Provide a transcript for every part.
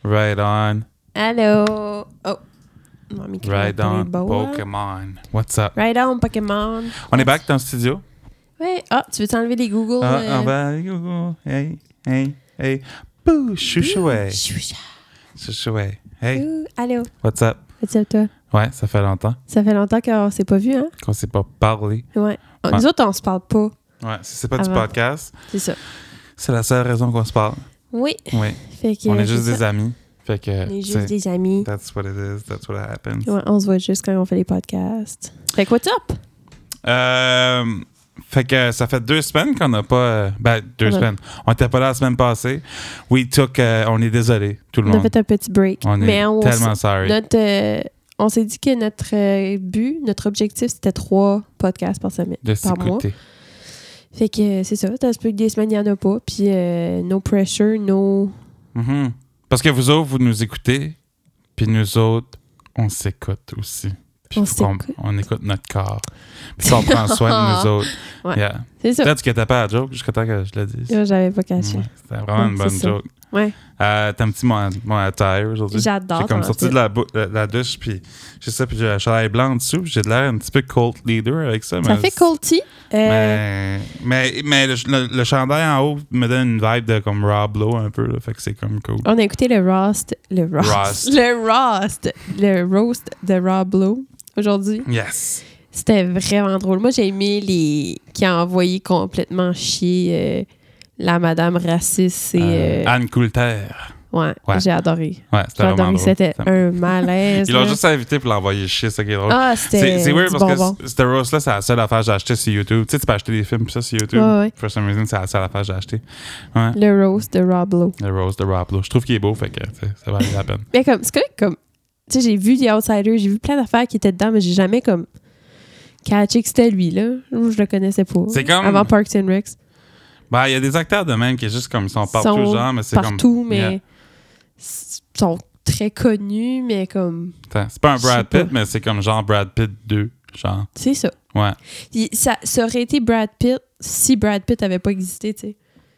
Right on. Allô? Oh. Mon micro Right est on. beau, hein? Pokémon. What's up? Right on, Pokémon. On est back dans le studio. Ouais. Ah, tu veux t'enlever les Google? On va aller Google. Hey. Bouh, chouchoué. Chouchoué. Hey, Allô? what's up? What's up, toi? Ouais, ça fait longtemps Ça fait longtemps qu'on s'est pas vu, hein? qu'on s'est pas parlé. Ouais. Ouais. Nous autres, on se parle pas. Ouais, si c'est pas du Avant. podcast, C'est ça. c'est la seule raison qu'on se parle. Oui. Oui. Fait que, On est juste c'est des ça. amis. Fait que, On est tu sais, juste des amis. that's what it is. That's what happens. Ouais, on se voit juste quand on fait les podcasts. Fait que, what's up? Fait que ça fait 2 semaines qu'on n'a pas... deux Ouais. semaines. On n'était pas là la semaine passée. On est désolé, tout le On a monde. fait un petit break. On est Mais tellement sorry. on s'est dit que notre objectif, c'était 3 podcasts par semaine. De par mois. s'écouter. Fait que c'est ça. Ça se peut que des semaines, il n'y en a pas. Puis, no pressure, no... Mhm. Parce que vous autres, vous nous écoutez, puis nous autres, on s'écoute aussi. Puis On faut qu'on- s'écoute. on écoute notre corps. Puis on prend soin de nous autres. Ouais. Yeah. C'est ça. Peut-être que t'étais pas à la joke jusqu'à temps que je le dise. Là, j'avais pas caché. Ouais, c'était vraiment une Ouais, bonne c'est ça. joke. Ouais. T'as un petit mon attire aujourd'hui. J'adore. J'ai comme ton sorti outfit. de la douche, puis j'ai ça, puis j'ai la chandail blanc en dessous, puis j'ai de l'air un petit peu cult leader avec ça. Ça mais fait Colty. Mais le chandail en haut me donne une vibe de comme Rob Lowe un peu, là, fait que c'est comme cool. On a écouté le roast de Rob Lowe aujourd'hui. Yes! C'était vraiment drôle. Moi, j'ai aimé les qui a envoyé complètement chier la madame raciste. Anne Coulter. Ouais, Ouais. j'ai adoré. Ouais, c'était J'ai vraiment adoré. drôle. C'était un malaise. Ils l'ont là. juste invité pour l'envoyer chier, c'est ça qui est drôle. Ah, c'était C'est weird du parce bonbon. que ce roast-là, c'est la seule affaire que j'ai acheté sur YouTube. Tu sais, tu peux acheter des films puis ça sur YouTube. Ouais. For some reason, c'est la seule affaire que j'ai acheté. Ouais. Le roast de Rob Lowe. Le roast de Rob Lowe. Je trouve qu'il est beau, fait que tu sais, ça valait la peine. Mais comme, c'est correct, comme, tu sais, j'ai vu The Outsider, j'ai vu plein d'affaires qui étaient dedans, mais j'ai jamais comme catché que c'était lui, là. Je le connaissais pas. C'est comme- Avant Parks and Rec. Ben, il y a des acteurs de même qui est juste comme ils sont partout, Sont genre, mais c'est partout, comme. mais Yeah. sont très connus, mais comme, Attends, c'est pas un Je sais Brad pas. Pitt, mais c'est comme genre Brad Pitt 2, genre. c'est ça. Ouais. Ça aurait été Brad Pitt si Brad Pitt avait pas existé, tu sais.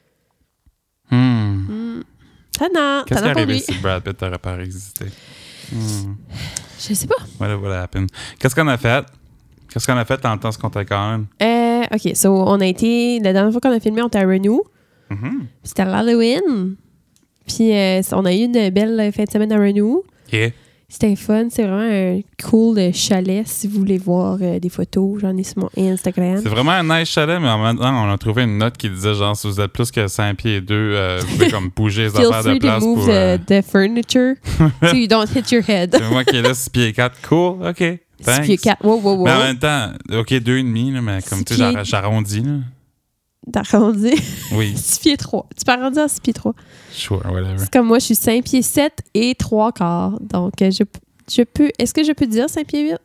Qu'est-ce qui T'en as pas arrivé oublié. si Brad Pitt n'aurait pas existé? Je sais pas. What happened? Qu'est-ce qu'on a fait? Qu'est-ce qu'on a fait dans le temps ce qu'on t'a quand même? OK, so, on a été... La dernière fois qu'on a filmé, on était à Renew. Mhm. C'était l'Halloween. Puis on a eu une belle fin de semaine à Renew. Yeah. C'était fun. C'est vraiment un cool chalet. Si vous voulez voir des photos, j'en ai sur mon Instagram. C'est vraiment un nice chalet, mais en même temps, on a trouvé une note qui disait genre, si vous êtes plus que 5 pieds et 2, vous pouvez comme bouger les Feel affaires de free to place move pour... the furniture so you don't hit your head. C'est moi qui est là, 6 pieds 4. Cool, OK. Thanks. Puis 4. Wow. Mais en même temps, OK, 2,5, là, mais comme tu 6 sais, pieds. j'arrondis, là. T'as arrondi. Oui, 6 pieds 3. Tu peux arrondir à 6 pieds 3. sure, whatever. C'est comme moi, je suis 5 pieds 7 et 3 quarts. Donc, je peux... Est-ce que je peux dire 5 pieds 8?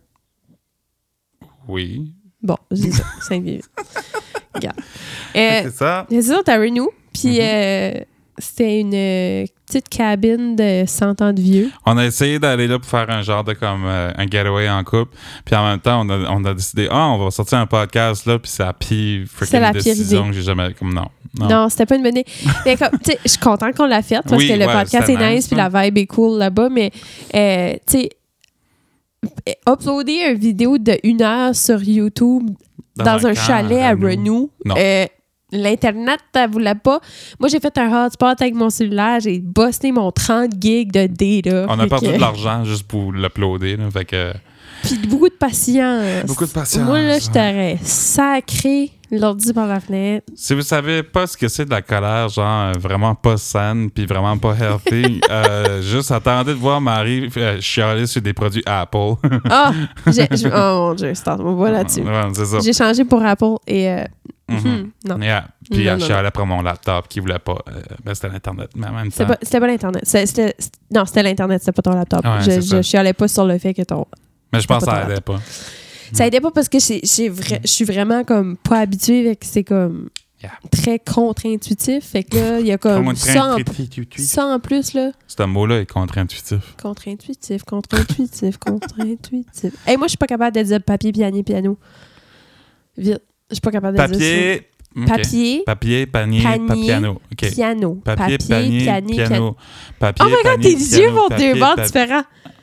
Oui. Bon, je dis ça. 5 pieds 8. Regarde. C'est ça. C'est ça, t'as Renew. Puis c'était une petite cabine de 100 ans de vieux. On a essayé d'aller là pour faire un genre de comme un getaway en couple. Puis en même temps, on a décidé, on va sortir un podcast là, puis c'est la pire C'est la freaking pire décision idée. que j'ai jamais. Comme non. Non, c'était pas une bonne idée. Mais comme, tu sais, je suis contente qu'on l'a faite parce Oui, que le ouais, podcast c'était est nice, nice, puis là. la vibe est cool là-bas. Mais, tu sais, uploader une vidéo de 1 heure sur YouTube dans un camp chalet à Renew, Non. l'Internet, elle voulait pas. Moi, j'ai fait un hotspot avec mon cellulaire. J'ai bossé mon 30 gigs de data. On a Fait perdu que- de l'argent juste pour l'uploader. Là, fait que. Puis beaucoup de patience. Beaucoup de patience, Moi, là, je ouais. t'aurais sacré l'ordi par la fenêtre. Si vous savez pas ce que c'est de la colère, genre vraiment pas saine puis vraiment pas healthy, juste attendez de voir Marie chialer sur des produits Apple. Ah! Oh mon Dieu, start-moi là-dessus. Ouais, c'est ça. J'ai changé pour Apple et... Mhm. non. Yeah. Puis Non, elle non, chialait après mon laptop qui voulait pas. Ben, c'était l'Internet. Mais en même temps. C'était pas l'Internet. Non, c'était l'Internet, c'était pas ton laptop. Ouais, c'est ça. je chialais pas sur le fait que ton... Mais je pense que pas ça ton aidait pas. Ça aidait pas parce que je suis vraiment comme pas habituée avec c'est comme Yeah. très contre-intuitif. Fait que là, il y a comme ça en plus, là. Ce mot-là est contre-intuitif. Contre-intuitif. Hey, moi, je suis pas capable de dire papier, piano. Vite. Je suis pas capable de dire Papier, Papier. Papier, panier, piano. OK. Piano. Papier, panier, piano. Papier, Oh my God, panier, tes piano, yeux vont papier, deux bords papier. différents.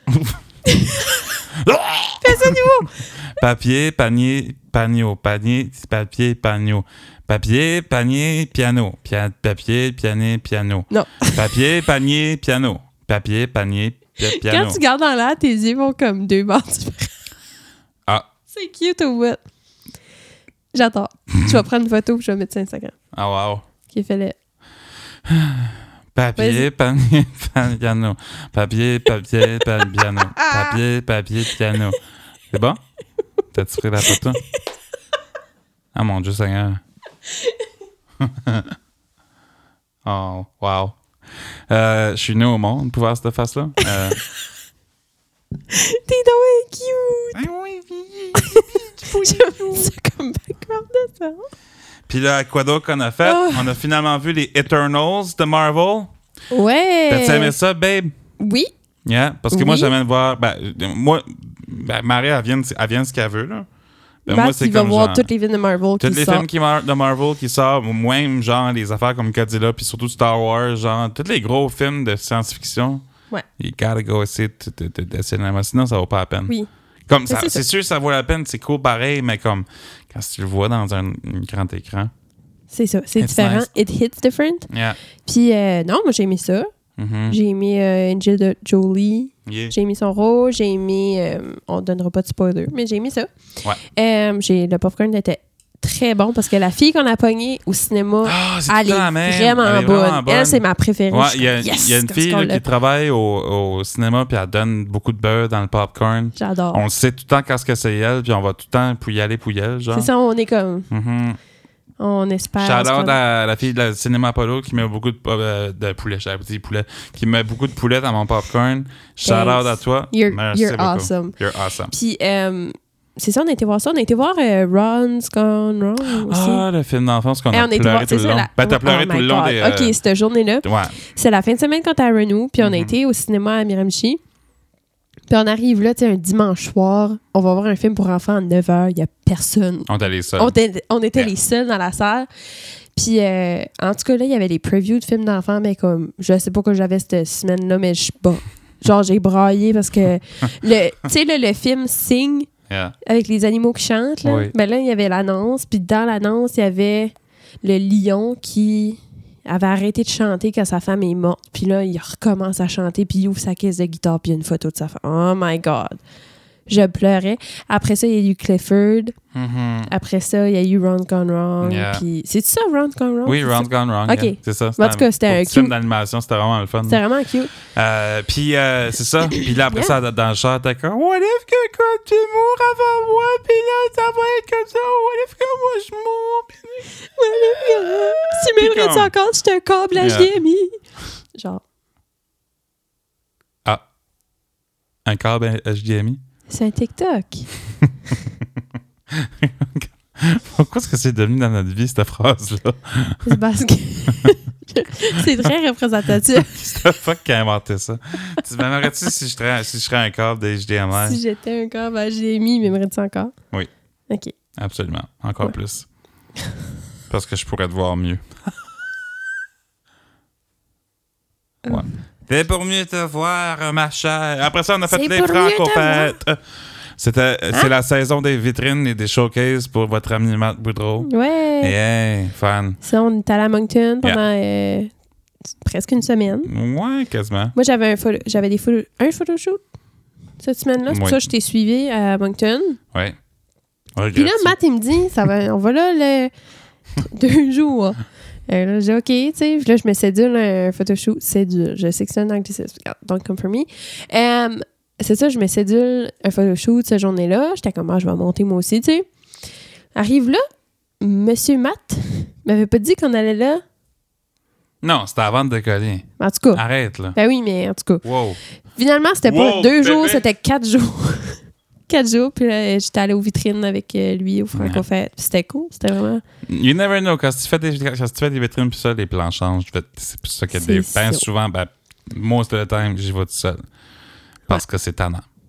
Fais ça nouveau. Papier, panier, panneau. Panier, papier, panneau. Papier, panier, piano. Papier, panier, piano. Non. Papier, panier, piano. Papier, panier, piano. Quand tu gardes en l'air, tes yeux vont comme deux bords différents. Ah. C'est cute au bout. J'adore. Je vais prendre une photo et je vais mettre sur Instagram. Ah, wow. Qui fait le... Papier, panier, piano. Papier, papier, piano. Papier, papier, piano. C'est bon? T'as-tu pris la photo? Ah, mon Dieu Seigneur. Oh, wow. Je suis né au monde pour voir cette face-là. T'es donc cute! J'aime ça comme background de ça. Puis là, quoi d'autre qu'on a fait? Oh. On a finalement vu les Eternals de Marvel. Ouais! T'as-tu aimé ça, babe? Oui. Yeah, parce que moi, Oui. j'aime voir... Marie, elle vient de ce qu'elle veut, là. Matt, il va voir tous les films de Marvel tous qui les sortent. films de Marvel qui sortent, ou même genre les affaires comme Godzilla, puis surtout Star Wars, genre tous les gros films de science-fiction. Ouais. You gotta go essayer de cinéma, sinon ça vaut pas la peine. Oui. Comme Mais ça, c'est c'est sûr que ça vaut la peine, c'est cool pareil, mais comme quand tu le vois dans un grand écran. C'est ça. C'est It's différent. nice. It hits different. Yeah. Puis, non, moi, j'ai aimé ça. Mhm. J'ai aimé Angelina Jolie. Yeah. J'ai aimé son rôle. J'ai aimé... on donnera pas de spoiler, mais j'ai aimé ça. Ouais. Le popcorn était très bon parce que la fille qu'on a pognée au cinéma, Ah, c'est elle tout est le temps la même. vraiment Elle est bonne. Elle, c'est ma préférée. Ouais, Je il y a, suis comme, yes, il y a une qu'est-ce fille qu'on là, l'a. qui travaille au cinéma puis elle donne beaucoup de beurre dans le popcorn. J'adore. On le sait tout le temps quand c'est elle, puis on va tout le temps pour y aller, genre. C'est ça, on est comme... Mhm. On espère. Shout-out à la fille de la Cinéma Apollo qui met beaucoup de poulet, j'avais dit poulet, qui met beaucoup de poulet dans mon popcorn. Shout-out à toi. Merci You're beaucoup. awesome. You're awesome. Puis, c'est ça, on a été voir ça. On a été voir Ron's Gone Wrong aussi. Ah, le film d'enfance qu'on Et a on a été pleuré voir, tout le c'est long. ça, Ben, t'as pleuré Oh tout my le long God. des... OK, cette journée-là. Ouais. C'est la fin de semaine quand t'es à Renault, puis on a été au cinéma à Miramichi. Puis on arrive là, tu sais, un dimanche soir, on va voir un film pour enfants à 9h, il y a personne. On était les seuls. On était les seuls dans la salle. Puis, en tout cas, là, il y avait les previews de films d'enfants, mais comme, je sais pas quoi j'avais cette semaine-là, mais genre, j'ai braillé parce que, tu sais, là, le film Sing, Yeah. avec les animaux qui chantent, là, Oui. ben là, il y avait l'annonce, puis dans l'annonce, il y avait le lion qui avait arrêté de chanter quand sa femme est morte, puis là, il recommence à chanter, puis il ouvre sa caisse de guitare, puis il y a une photo de sa femme. Oh my God! Je pleurais. Après ça, il y a eu Clifford. Mhm. Après ça, il y a eu Ron Gone Wrong. Yeah. Puis, c'est-tu ça, Ron Gone Wrong? Oui, C'est Ron ça? Gone Wrong. OK. Yeah. C'est ça. En tout cas, c'était un film cute. d'animation, c'était vraiment le fun. C'était vraiment cute. Puis c'est ça. Puis là, après Yeah. ça, dans le char, t'es comme, what if que quand tu mours avant moi, puis là, ça va être comme ça. What if que moi, je mours? Puis... Tu m'aimerais-tu comme- encore? Je te câble à Yeah. HDMI. Genre, Un câble HDMI? c'est un TikTok. Pourquoi est-ce que c'est devenu dans notre vie, cette phrase-là? C'est parce que c'est très représentatif. C'est le fuck qui a inventé ça. Tu m'aimerais-tu si je serais un câble de HDMI? Si j'étais un câble à HDMI, m'aimerais-tu encore? Oui. OK. Absolument. Encore Ouais. plus. Parce que je pourrais te voir mieux. Ouais. C'est pour mieux te voir, ma chère. Après ça, on a fait C'est les pour mieux te franco-fêtes. C'est la saison des vitrines et des showcases pour votre ami Matt Boudreau. Ouais. Hey, fan. Ça, on est allé à Moncton pendant presque une semaine. Ouais, quasiment. Moi, j'avais un photoshoot cette semaine-là. C'est pour Oui. ça que je t'ai suivi à Moncton. Ouais. Puis là, Matt, il me dit, on va là le 2 jours. Là, j'ai OK, tu sais. Puis là, je me cédule un photoshoot. Cédule. Je sais que c'est un anglicisme. Don't come for me. C'est ça, je me cédule un photoshoot cette journée-là. J'étais comme, je vais monter moi aussi, tu sais. Arrive là, Monsieur Matt m'avait pas dit qu'on allait là. Non, c'était avant de décoller. En tout cas. Arrête, là. Ben oui, mais en tout cas. Wow. Finalement, c'était pas Wow, 2 jours, bébé. c'était 4 jours. 4 jours, puis là, j'étais allée aux vitrines avec lui au Franco-Fête. Puis c'était cool, c'était vraiment... You never know. Quand tu fais des vitrines, puis ça, les plans changent. C'est pour ça qu'il y a des C'est ben ça. souvent, most of the time, j'y vais tout seul. Parce que c'est tannant.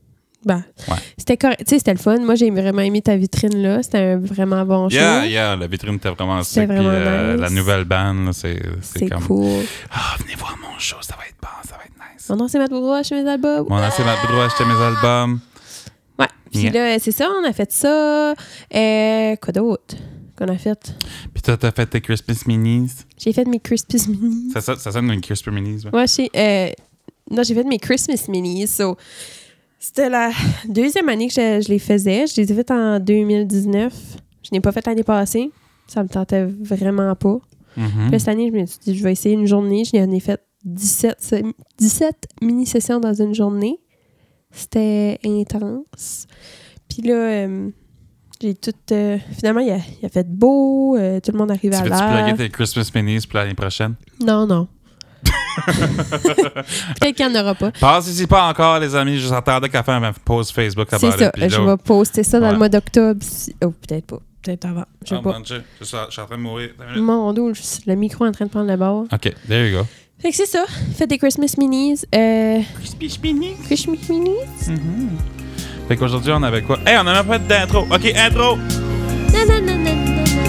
Ben, Ouais. c'était correct. Tu sais, c'était le fun. Moi, j'ai vraiment aimé ta vitrine, là. C'était un vraiment bon show. Yeah, la vitrine était vraiment C'était sick. vraiment Puis, nice. la nouvelle band, là, C'est comme... cool. Ah, venez voir mon show, ça va être bon, ça va être nice. Mon nom, c'est Matt Boudreau, acheter mes albums. Mon nom, c'est Matt Boudreau, acheter mes albums. Ouais. Puis là, c'est ça, on a fait ça. Quoi d'autre qu'on a fait? Puis toi, t'as fait tes Christmas Minis. J'ai fait mes Christmas Minis. Ça sonne une Christmas Minis, ouais. Ouais, non, j'ai fait mes Christmas Minis. So, c'était la deuxième année que je les faisais. Je les ai faites en 2019. Je n'ai pas fait l'année passée. Ça me tentait vraiment pas. Mm-hmm. Puis cette année, je me suis dit, je vais essayer une journée. Je n'en ai fait 17 mini-sessions dans une journée. C'était intense. Puis là, j'ai tout... finalement, il a fait beau. Tout le monde arrive à Tu l'heure. veux-tu plugger tes Christmas Minis pour l'année prochaine? Non. Peut-être qu'il n'y en aura pas. Passez-y pas encore, les amis. Je s'attendais qu'à faire un post Facebook à C'est ça. Puis Je là, vais poster ça dans Ouais. le mois d'octobre. Oh, peut-être pas. Peut-être avant. Je sais oh pas. mon Dieu, je suis en train de mourir. Mon dos, le micro est en train de prendre le bord. OK, there you go. Fait que c'est ça. Faites des Christmas Minis. Christmas Minis. Christmas Minis. Mm-hmm. Fait qu'aujourd'hui, on avait quoi? Hey, on a même pas d'intro. OK, intro! Nananana.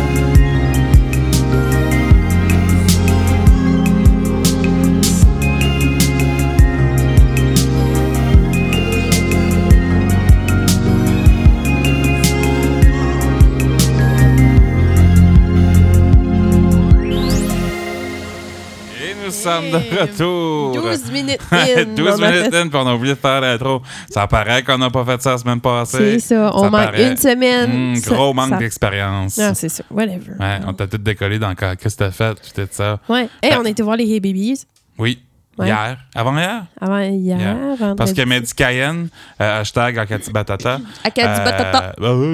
Nous sommes de retour. 12 minutes in. 12 minutes in, puis on a oublié de faire l'intro. Ça paraît qu'on n'a pas fait ça la semaine passée. C'est ça. On manque paraît. une semaine. Gros manque d'expérience. Non, c'est ça. Whatever. Ouais, on t'a tout décollé dans qu'est-ce que t'as fait, tout ça. Ouais. Hey, on a été voir les Hey Babies. Oui. Ouais. Hier. Avant-hier? Avant hier. Vendredi. Parce que Mehdi Cayenne, hashtag Akati Batata. Akati Batata.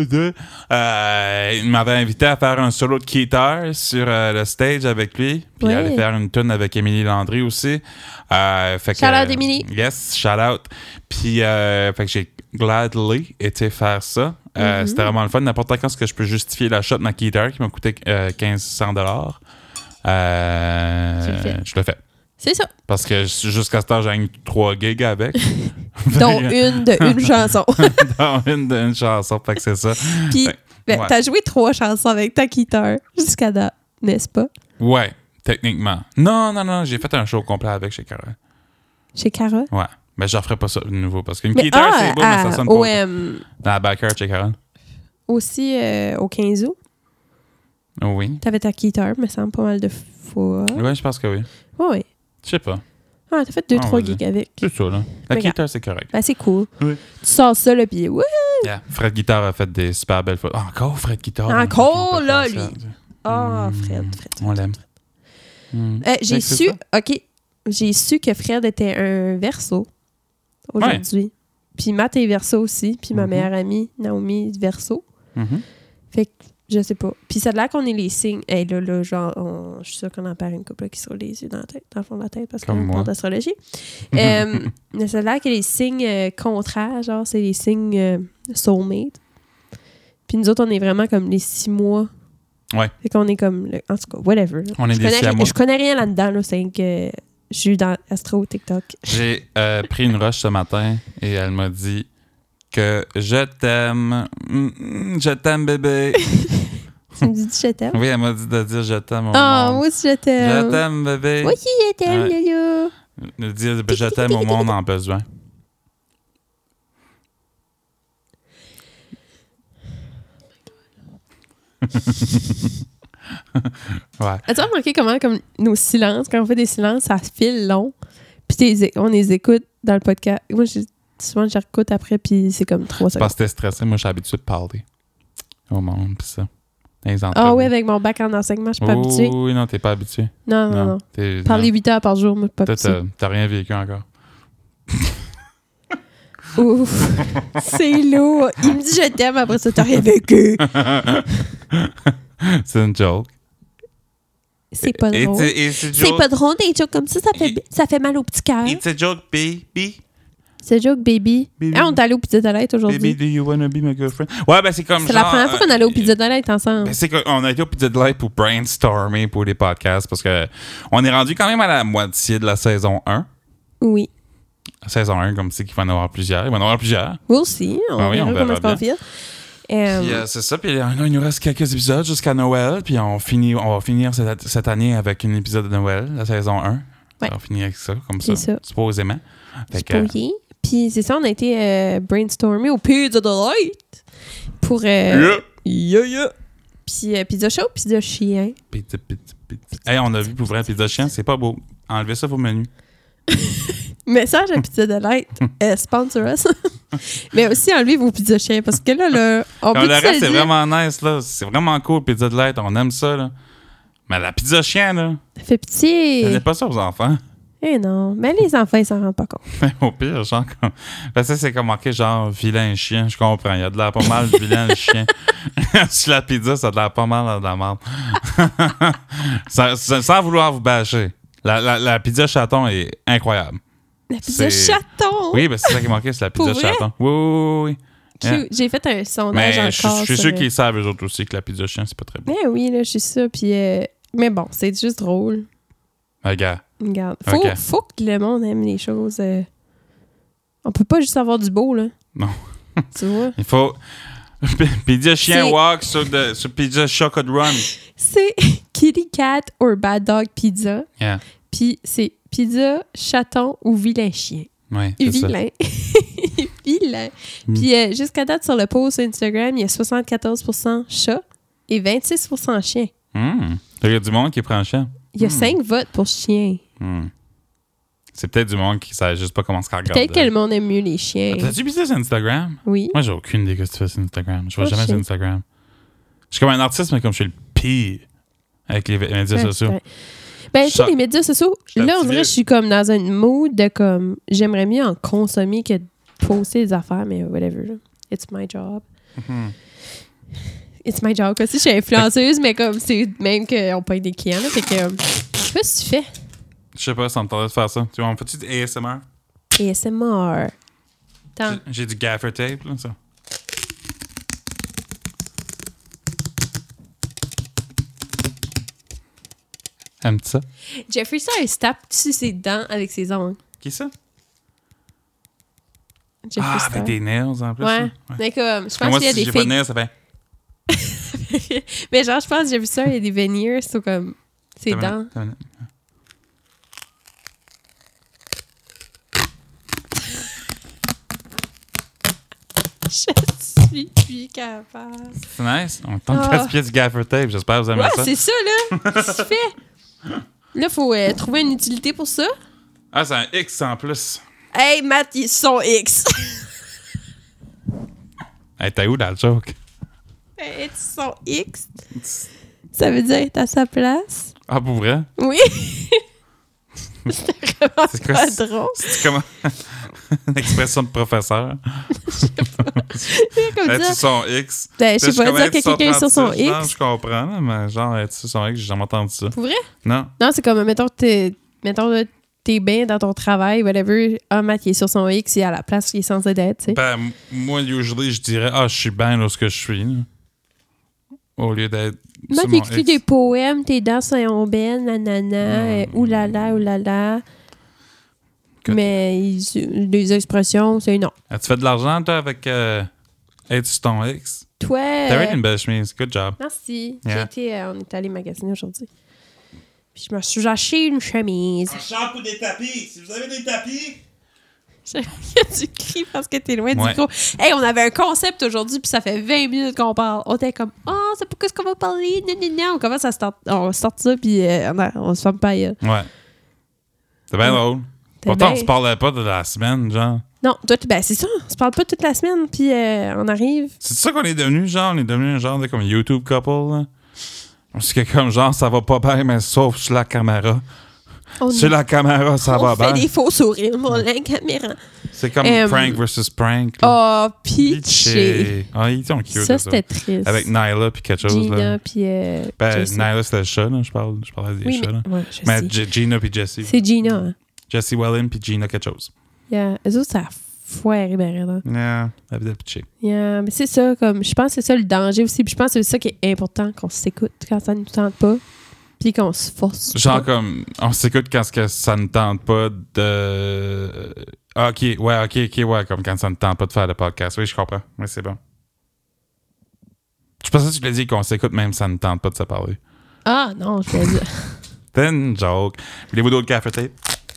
Il m'avait invité à faire un solo de guitare sur le stage avec lui. Puis Ouais. aller faire une tune avec Émilie Landry aussi. Fait Shout out Émilie. Yes, shout out. Puis fait que j'ai gladly été faire ça. C'était vraiment le fun. N'importe quand ce que je peux justifier l'achat de ma guitare qui m'a coûté 1500 $. Je le fais. C'est ça. Parce que jusqu'à ce temps, j'ai 3 gigs avec. Dont une de une chanson. Dont une chanson, fait que c'est ça. Puis, Ouais. t'as joué 3 chansons avec ta guitare jusqu'à date, n'est-ce pas? Ouais, techniquement. Non, j'ai fait un show complet avec chez Cara. Chez Cara? Ouais, mais je referai pas ça de nouveau parce qu'une Mais guitare, c'est beau, mais ça sonne pas. OM. Dans la backyard chez Cara. Aussi, au 15 août, Oui. t'avais ta guitare, me semble, pas mal de fois. Ouais, je pense que oui. Oui. Je sais pas. Ah, t'as fait 2-3 vas-y. gigs avec. C'est ça, là. La Mais guitare, c'est correct. Ben, c'est cool. Oui. Tu sors ça, là, puis ouais. Yeah. Fred Guitare a fait des super belles photos. Encore Fred Guitare. Encore, On peut là, faire lui. ça. Ah, Fred. On l'aime. J'ai Fait que c'est su, ça. OK, j'ai su que Fred était un Verseau aujourd'hui. Puis Matt est Verseau aussi, puis ma meilleure amie, Naomi, est Verseau. Mhm. Fait que, je sais pas. Puis ça a l'air qu'on est les signes. Hey, là, genre, je suis sûre qu'on en perd une couple là, qui se roule les yeux dans la tête, dans le fond de la tête, parce Comme qu'on moi. parle d'astrologie. Mais ça a l'air que les signes contraires, genre, c'est les signes soulmate. Puis nous autres, on est vraiment comme les 6 mois. Ouais. Fait qu'on est comme... en tout cas, whatever. Là. On est des siamois. Je connais rien là-dedans, là. C'est que je suis dans Astro TikTok. J'ai pris une rush ce matin et elle m'a dit que je t'aime. Je t'aime, bébé. Tu me dis je t'aime? Oui, elle m'a dit de dire je t'aime au Ah, monde. moi aussi je t'aime. Je t'aime, bébé. Moi aussi je t'aime, Ouais. Lolo. De dire je t'aime au monde en besoin. Ouais. As-tu remarqué comment comme nos silences, quand on fait des silences, ça file long? Puis on les écoute dans le podcast. Moi, souvent, je réécoute après, puis c'est comme 3 secondes. Parce que t'es stressé, moi je suis habitué de parler au monde, pis ça. Ah oui, avec mon bac en enseignement, je suis pas habituée. Oui, non, t'es pas habitué. Non. T'es- Parler non. 8 heures par jour, moi, je suis pas Toi, habituée. t'as rien vécu encore. Ouf, c'est lourd. Il me dit je t'aime, après ça, t'as rien vécu. C'est une joke. C'est pas drôle. C'est pas drôle des jokes comme ça, ça fait mal au petit cœur. It's a joke, baby. C'est joke, baby. Baby. Ah, on est allé au Pizza de l'Être aujourd'hui. Baby, do you wanna be my girlfriend? Ouais, ben c'est comme C'est genre... la première fois qu'on allait au Pizza de l'Être ensemble. Ben, c'est qu'on a été au Pizza de Light pour brainstormer pour les podcasts parce que on est rendu quand même à la moitié de la saison 1. Oui. saison 1, comme c'est qu'il va en avoir plusieurs. Il va en avoir plusieurs. We'll see. On verra comment ça file. Puis c'est ça. Puis il nous reste quelques épisodes jusqu'à Noël. Puis on va finir cette année avec un épisode de Noël, la saison 1. Ouais. On va finir avec ça, comme ça. Supposément. Puis c'est ça, on a été brainstormer au Pizza Delight pour... Puis pizza chaud, pizza chien. Pizza. Hey, on a vu pour vrai pizza chien, c'est pas beau. Enlevez ça vos menus. Message à Pizza Delight. Sponsor us. Mais aussi enlevez vos pizzas chiens parce que là on peut le reste, c'est vraiment nice, là. C'est vraiment cool, Pizza Delight. On aime ça, là. Mais la pizza chien, là. Ça fait pitié. Donnez pas ça aux enfants. Eh non. Mais les enfants, ils s'en rendent pas compte. Au pire, genre, comme. Parce que c'est comme marqué, genre, vilain chien. Je comprends. Il y a de l'air pas mal, vilain le chien. Sur la pizza, ça a de l'air pas mal de la merde. Sans vouloir vous bâcher. La pizza chaton est incroyable. La pizza chaton? Oui, ben c'est ça qui manquait, c'est la pizza chaton. Oui. Yeah. J'ai fait un sondage encore. Je suis sûr qu'ils savent, eux autres aussi, que la pizza chien, c'est pas très bon. Mais oui, là, je suis ça. Puis, mais bon, c'est juste drôle. Regarde. Faut que le monde aime les choses. On peut pas juste avoir du beau, là. Non. Tu vois? Il faut... Pizza chien walk sur pizza chocolate run. C'est kitty cat or bad dog pizza. Yeah. Puis c'est pizza chaton ou vilain chien. Oui, c'est vilain. Vilain. Puis jusqu'à date sur le post Instagram, il y a 74% chat et 26% chien. Il y a du monde qui prend chien. Il y a 5 votes pour chien. C'est peut-être du monde qui ne savait juste pas comment se regarder. Peut-être que le monde aime mieux les chiens. T'as-tu vu ça sur Instagram? Oui. Moi, j'ai aucune idée que tu fais sur Instagram. Je vois jamais sur Instagram. Je suis comme un artiste, mais comme je suis le pire avec les médias sociaux. Ben, tu sais, les médias sociaux, là, on dirait que je suis comme dans un mood de comme, j'aimerais mieux en consommer que de poster des affaires, mais whatever. Là. It's my job. It's my job. Comme si je suis influenceuse, mais comme c'est même qu'on paye des clients. Là, fait que, je sais pas si tu fais. Je sais pas, ça me tentait de faire ça. Tu vois, on fait-tu du ASMR? ASMR. J'ai du gaffer tape, là, ça. Aimes-tu ça? Jeffree Star, il se tape sur ses dents avec ses ongles. Qui ça? Jeffree Star. Avec des nails en plus. Ouais. Mais comme, je pense qu'il y a des fake... pas de nails, ça fait... Mais genre, je pense que Jeffree Star, il y a des veneers sur comme ses dents. Je suis plus capable. C'est nice. On tente de gaspiller du gaffer tape. J'espère que vous aimez ça. Ouais, c'est ça, là. Qu'est-ce que tu fais? Là, il faut trouver une utilité pour ça. Ah, c'est un X en plus. Hey, Matt, ils sont X. Hey, t'es où dans le joke? Hey, ils sont X. Ça veut dire être à sa place. Ah, pour vrai? Oui. C'était vraiment pas drôle. C'est comment? Une expression de professeur. Je sais pas. C'est comme ça. Son X. Ben, je sais pas dire que quelqu'un est sur son X. Non, je comprends, mais genre, être sur son X, j'ai jamais entendu ça. Pour vrai? Non. Non, c'est comme, mettons, t'es bien dans ton travail, whatever. Ah, Matt, il est sur son X, il est à la place qu'il est censé être, tu sais. Ben, moi, usually, je dirais, je suis bien là où je suis. Là. Au lieu d'être. Matt, il écrit des poèmes, tes dents sont belles, nanana, oulala, oulala. Mais les expressions, c'est non. As-tu fait de l'argent, toi, avec être sur ton X? Toi. T'avais une belle chemise. Good job. Merci. Yeah. On est allé magasiner aujourd'hui. Puis je me suis acheté une chemise. Un champ pour des tapis. Si vous avez des tapis. Il y a du cri parce que t'es loin du micro. Hey, on avait un concept aujourd'hui, puis ça fait 20 minutes qu'on parle. On était comme, c'est pourquoi est-ce qu'on va parler? Non. On commence à start ça, puis on se ferme pas. Ouais. C'est bien drôle. Pourtant, on se parlait pas de la semaine, genre. Non, toi, c'est ça. On se parle pas toute la semaine, puis on arrive. C'est ça qu'on est devenu, genre? On est devenu un genre de comme YouTube couple, là. Parce que comme genre, ça va pas bien, mais sauf sur la caméra. Sur la caméra, ça va bien. On fait des faux sourires pour la caméra. C'est comme prank versus prank. Oh, pitché. Ah, ils sont cute. Ça, c'était triste. Avec Nyla puis quelque chose. Gina, là. Puis Nyla, c'était le chat, là. Je parlais des chats, là. Ouais, mais Gina puis Jessie. C'est Gina, hein. Jessie Wellen puis Gina quelque chose. Yeah. Eux autres, ça a foiré, ben là. Yeah, la vie de pitché. Yeah, mais c'est ça, comme, je pense que c'est ça le danger aussi. Puis je pense que c'est ça qui est important, qu'on s'écoute quand ça ne nous tente pas. Puis qu'on se force. Genre pas. comme, on s'écoute quand ça ne tente pas de... OK, ouais, comme quand ça ne tente pas de faire le podcast. Oui, je comprends. Oui, c'est bon. Je pensais que tu l'as dit qu'on s'écoute même si ça ne tente pas de se parler. Ah, non, je vais dire. C'est une joke. Voulez-vous d'autres café tape?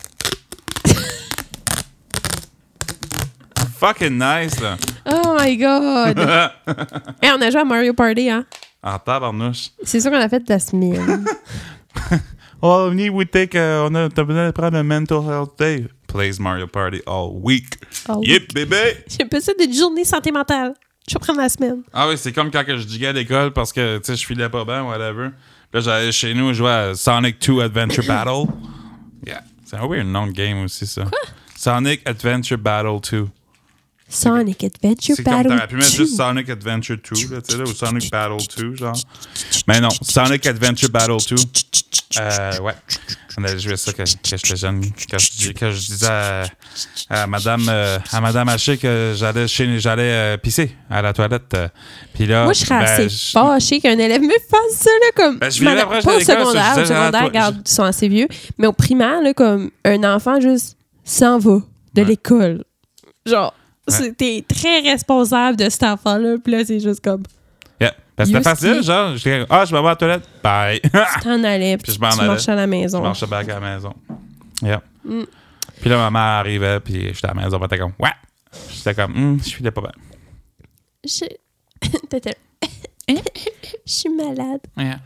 Fucking nice, là. Oh my God! Et on a joué à Mario Party, hein? En tabarnouche. C'est sûr qu'on a fait la semaine. Oh, on a besoin de prendre un mental health day. Plays Mario Party all week. Oh, Yep, bébé! j'ai pas ça d'une journée santé mentale. Je vais prendre la semaine. Ah oui, c'est comme quand que je diguais à l'école parce que, tu sais, je filais pas bien, whatever. Puis là, j'allais chez nous jouer à Sonic 2 Adventure Battle. Yeah. C'est un weird nom de game aussi, ça. Quoi? Sonic Adventure Battle 2. Sonic Adventure C'est comme Battle t'aurais pu mettre 2. juste Sonic Adventure 2, là, tu sais, là, ou Sonic Battle 2, genre. Mais non, Sonic Adventure Battle 2. Ouais. On allait jouer ça quand j'étais jeune. Quand je disais à Madame Haché que j'allais pisser à la toilette. Puis là, Moi, je serais assez fâchée qu'un élève me fasse ça, là, comme... Ben, je vivais l'approche pas de au l'école, secondaire, ça, au je disais, secondaire, toi, regarde, ils sont assez vieux. Mais au primaire, là, comme un enfant juste s'en va de l'école. Genre, t'es très responsable de cet enfant-là. Puis là, c'est juste comme... Yeah. Ben, c'était facile, genre, j'étais comme, je vais voir à la toilette. Bye. Tu t'en allais, puis je tu m'en allais. marchais à la Je maison. marchais back à la maison. Yeah. Puis là, ma mère arrivait, puis j'étais à la maison, j'étais comme, ouais. J'étais comme, je suis pas bien. T'étais... Je suis malade. Yeah.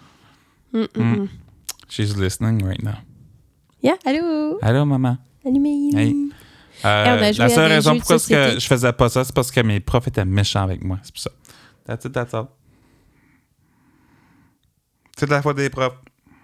She's listening right now. Yeah, allô? Allô, maman. Allumé. Hey. on a joué La à seule des raison jeux de pourquoi société. je faisais pas ça, c'est parce que mes profs étaient méchants avec moi. C'est pour ça. That's it, that's all. C'est de la faute des profs.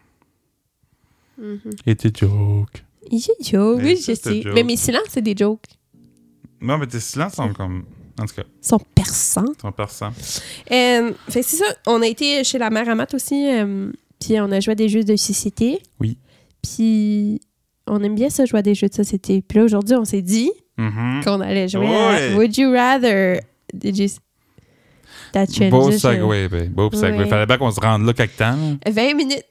It's a joke. C'est joke, Mais oui, ça, je c'est sais. joke. Mais mes silences, c'est des jokes. Non, mais tes silences sont comme... En tout cas, Ils sont perçants. ils sont perçants. Fait que c'est ça. On a été chez la mère à Matt aussi. Puis on a joué à des jeux de société. Oui. Puis on aime bien ça, jouer à des jeux de société. Puis là, aujourd'hui, on s'est dit qu'on allait jouer à Would You Rather. Did you... That transition. Beau segue, babe. Beau segue. Ouais. Fallait bien qu'on se rende là quelque temps. Là. 20 minutes.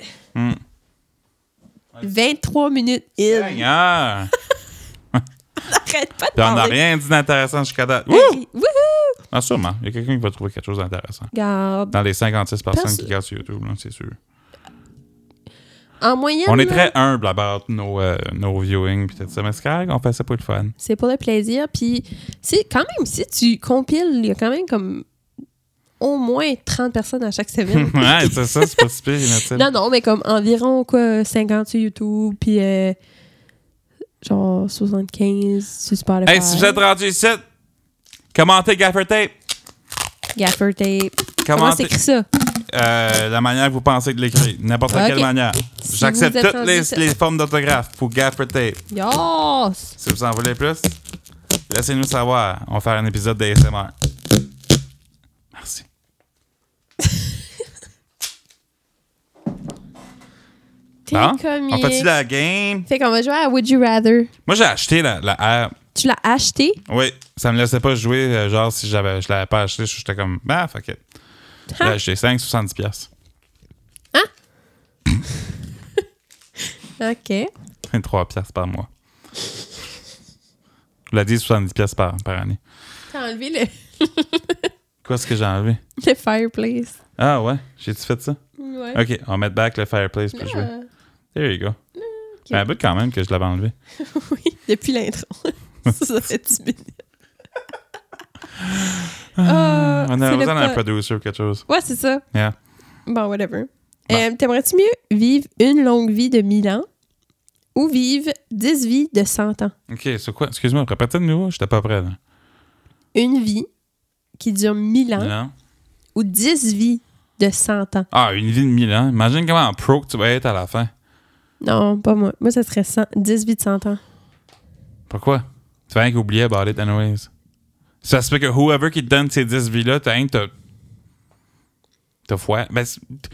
23 minutes in. Seigneur! Arrête pas de Puis on n'a parler. rien dit d'intéressant jusqu'à date. Wouhou! Ah, sûrement. Il y a quelqu'un qui va trouver quelque chose d'intéressant. Regarde. Dans les 56 personnes qui regardent sur YouTube, là, c'est sûr. En moyenne, On est là, très humble about nos viewings puis tout ça. Mais c'est correct, on fait ça pour le fun. c'est pour le plaisir. Puis c'est quand même, si tu compiles, il y a quand même comme au moins 30 personnes à chaque semaine. Ouais, c'est ça, c'est pas si pire, inutile. Non, mais comme environ quoi, 50 sur YouTube, puis genre 75 sur Spotify. Hey, si vous êtes rendu ici, commentez Gaffer Tape. Gaffer Tape. Comment Commentez s'écrit ça? la manière que vous pensez de l'écrire. N'importe Ok. quelle manière. Si J'accepte vous êtes toutes rendu ici. les formes d'autographe pour Gaffer Tape. Yes! Si vous en voulez plus, laissez-nous savoir. On va faire un épisode d'ASMR. Merci. T'es Bon, comique. on fait-tu la game? Fait qu'on va jouer à Would You Rather. Moi, j'ai acheté la app. Tu l'as acheté? Oui, ça me laissait pas jouer. Genre, si je l'avais pas acheté, j'étais comme, fuck it. J'ai acheté 5,70$. OK. 23$ par mois. Je l'ai dit 70$ par année. T'as enlevé le, Quoi est-ce que j'ai enlevé? le fireplace. Ah ouais? J'ai-tu fait ça? Ouais. OK, on va mettre back le fireplace pour jouer. There you go. C'est un bout quand même que je l'avais enlevé. Oui, depuis l'intro. Ça fait 10 minutes. On a c'est le besoin d'un pas- producer ou quelque chose. Ouais, c'est ça. Yeah. Bon, whatever. Bon. T'aimerais-tu mieux vivre une longue vie de 1000 ans ou vivre 10 vies de 100 ans? OK, c'est quoi? Excuse-moi, répète de nouveau, j'étais pas prêt. Là. Une vie qui dure 1000 ans Non? ou 10 vies de 100 ans? Ah, une vie de 1000 ans. Imagine comment pro que tu vas être à la fin. Non, pas moi. Moi, ça serait 10 vies de 100 ans. Pourquoi? Tu vas rien qu'oublier about it anyways. Ça se fait que whoever qui te donne ces 10 vies-là, t'as foi. Ben,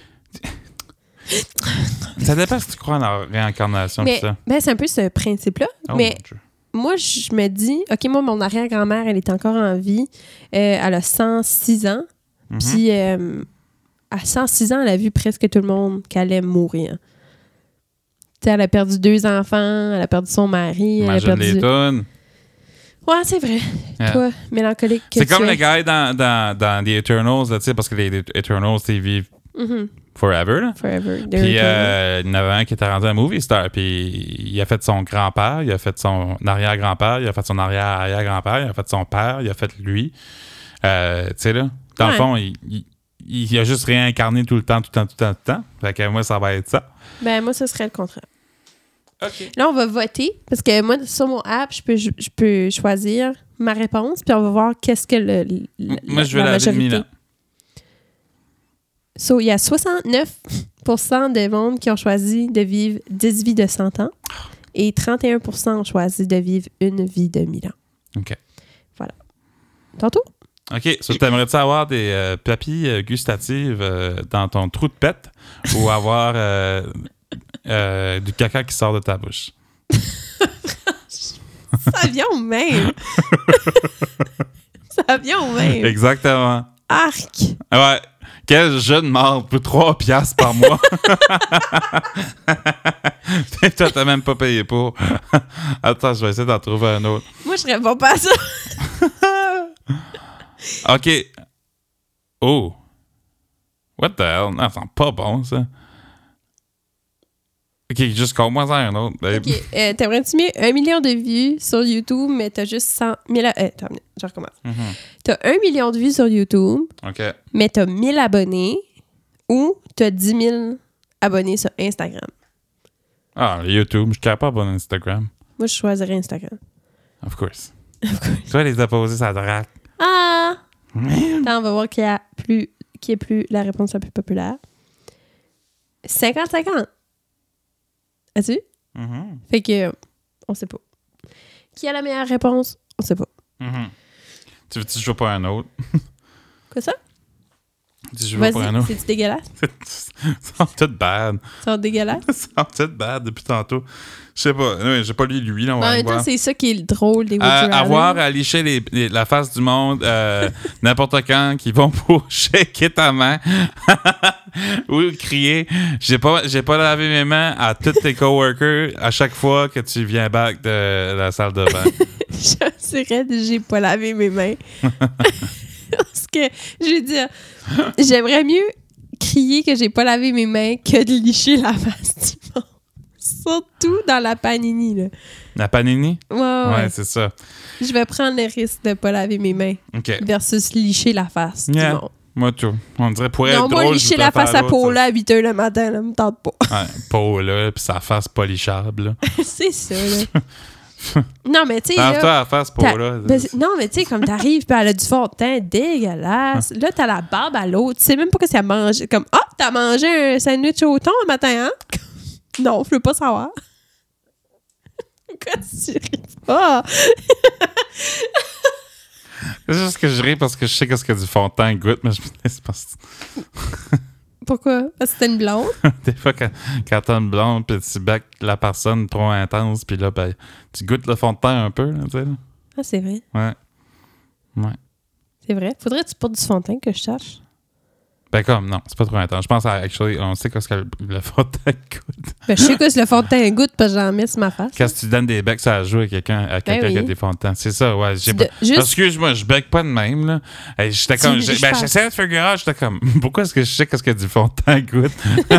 ça dépend si tu crois en la réincarnation Mais pis ça. ben, c'est un peu ce principe-là. Oh, mais mon Dieu. moi, je me dis, OK, moi, mon arrière-grand-mère, elle est encore en vie. Elle a 106 ans. Mhm. Puis, elle à 106 ans, elle a vu presque tout le monde qu'elle allait mourir. Tu sais, elle a perdu 2 enfants, elle a perdu son mari, elle a Imagine perdu... les tunes. Ouais, c'est vrai. Yeah. Toi, mélancolique que C'est tu comme es. le gars dans The Eternals, là, tu sais, parce que les Eternals, ils vivent Mhm. forever, là. Forever. Puis il y en avait un qui était rendu un movie star, puis il a fait son grand-père, il a fait son arrière-grand-père, il a fait son arrière-arrière-grand-père, il a fait son père, il a fait lui. Tu sais, là, dans le fond, il a juste réincarné tout le temps. Fait que moi, ça va être ça. Ben, moi, ce serait le contraire. OK. Là, on va voter, parce que moi, sur mon app, je peux choisir ma réponse, puis on va voir qu'est-ce que Moi, je veux la vie de Milan. So, il y a 69% de monde qui ont choisi de vivre 10 vies de 100 ans et 31% ont choisi de vivre une vie de 1000 ans. OK. Voilà. Tantôt? OK. So, t'aimerais-tu avoir des papilles gustatives dans ton trou de pète ou avoir du caca qui sort de ta bouche? Ça vient au même! Ça vient au même! Exactement. Arc! Ouais. Quel jeune mort pour 3 piastres par mois. Toi, t'as même pas payé pour. Attends, je vais essayer d'en trouver un autre. Moi, je réponds pas à ça. OK. Oh. What the hell? Non, c'est pas bon, ça. OK, juste compte-moi ça un autre, babe. OK. T'aimerais-tu mieux 1 million de vues sur YouTube, mais t'as juste 100 000... attends, je recommence. T'as 1 million de vues sur YouTube, OK. mais t'as 1000 abonnés, ou t'as 10 000 abonnés sur Instagram. Ah, YouTube, je suis capable on Instagram. Moi, je choisirais Instagram. Of course. Of course. Toi, les opposés, ça drague. Ah! Man. Attends, on va voir qui est plus la réponse la plus populaire. 50-50. As-tu? Mhm. Fait que, on sait pas. Qui a la meilleure réponse? On sait pas. Mhm. Tu veux-tu jouer pour un autre? Quoi ça? Tu joues pour un Vas-y, autre? c'est-tu dégueulasse? Ils sont toutes bad. Ils sont dégueulasses? Ils sont toutes bad depuis tantôt. Je sais pas. Non, j'ai pas lu lui, là. On En va même voir. temps, c'est ça qui est le drôle des Would You Rather. Avoir à licher la face du monde n'importe quand qui vont pour shaker ta main ou crier j'ai pas lavé mes mains à tous tes coworkers à chaque fois que tu viens back de la salle de bain. Je dirais que j'ai pas lavé mes mains. Parce que, je veux dire, j'aimerais mieux crier que j'ai pas lavé mes mains que de licher la face du monde. Surtout dans la panini, là. La panini? Ouais. C'est ça. Je vais prendre le risque de pas laver mes mains OK. versus licher la face du Yeah. monde. Moi, tout. On dirait pour être Non, drôle, moi, je licher voudrais la face faire à l'autre, Paula à 8 h le matin, là, me tente pas. ça. Ouais, Paula, puis sa face polichable. Là. C'est ça, là. Non, mais tu sais, Lave-toi là... la face, Paula. Non, mais tu sais, comme t'arrives, puis elle a du fond de teint dégueulasse. Là, t'as la barbe à l'autre. Tu sais même pas qu'est-ce qu'elle mange. Comme, ah, t'as mangé un sandwich au thon le matin, hein? Non, je veux pas savoir. Pourquoi tu ris pas? C'est juste que je ris parce que je sais qu'est-ce que du fond de teint goûte, mais je me dis, c'est parce que Pourquoi? Parce que c'était une blonde? des fois, quand t'as une blonde, puis tu becques la personne trop intense, puis là, ben, tu goûtes le fond de teint un peu, là, tu sais. Là. Ah, c'est vrai. Ouais. C'est vrai. Faudrait que tu portes du fond de teint que je cherche. Ben comme, non, c'est pas trop intense. Je pense à, actually, on sait qu'est-ce que le fond de teint goûte. Ben, je sais que le fond de teint goûte parce que j'en mets sur ma face. Quand tu donnes des becs, ça joue à quelqu'un qui oui. a des fonds de teint. C'est ça, ouais. Juste... Excuse-moi, je bec pas de même, là. Hey, j'étais comme, j'essayais de figure out, j'étais comme, pourquoi est-ce que je sais qu'est-ce que du fond de teint goûte?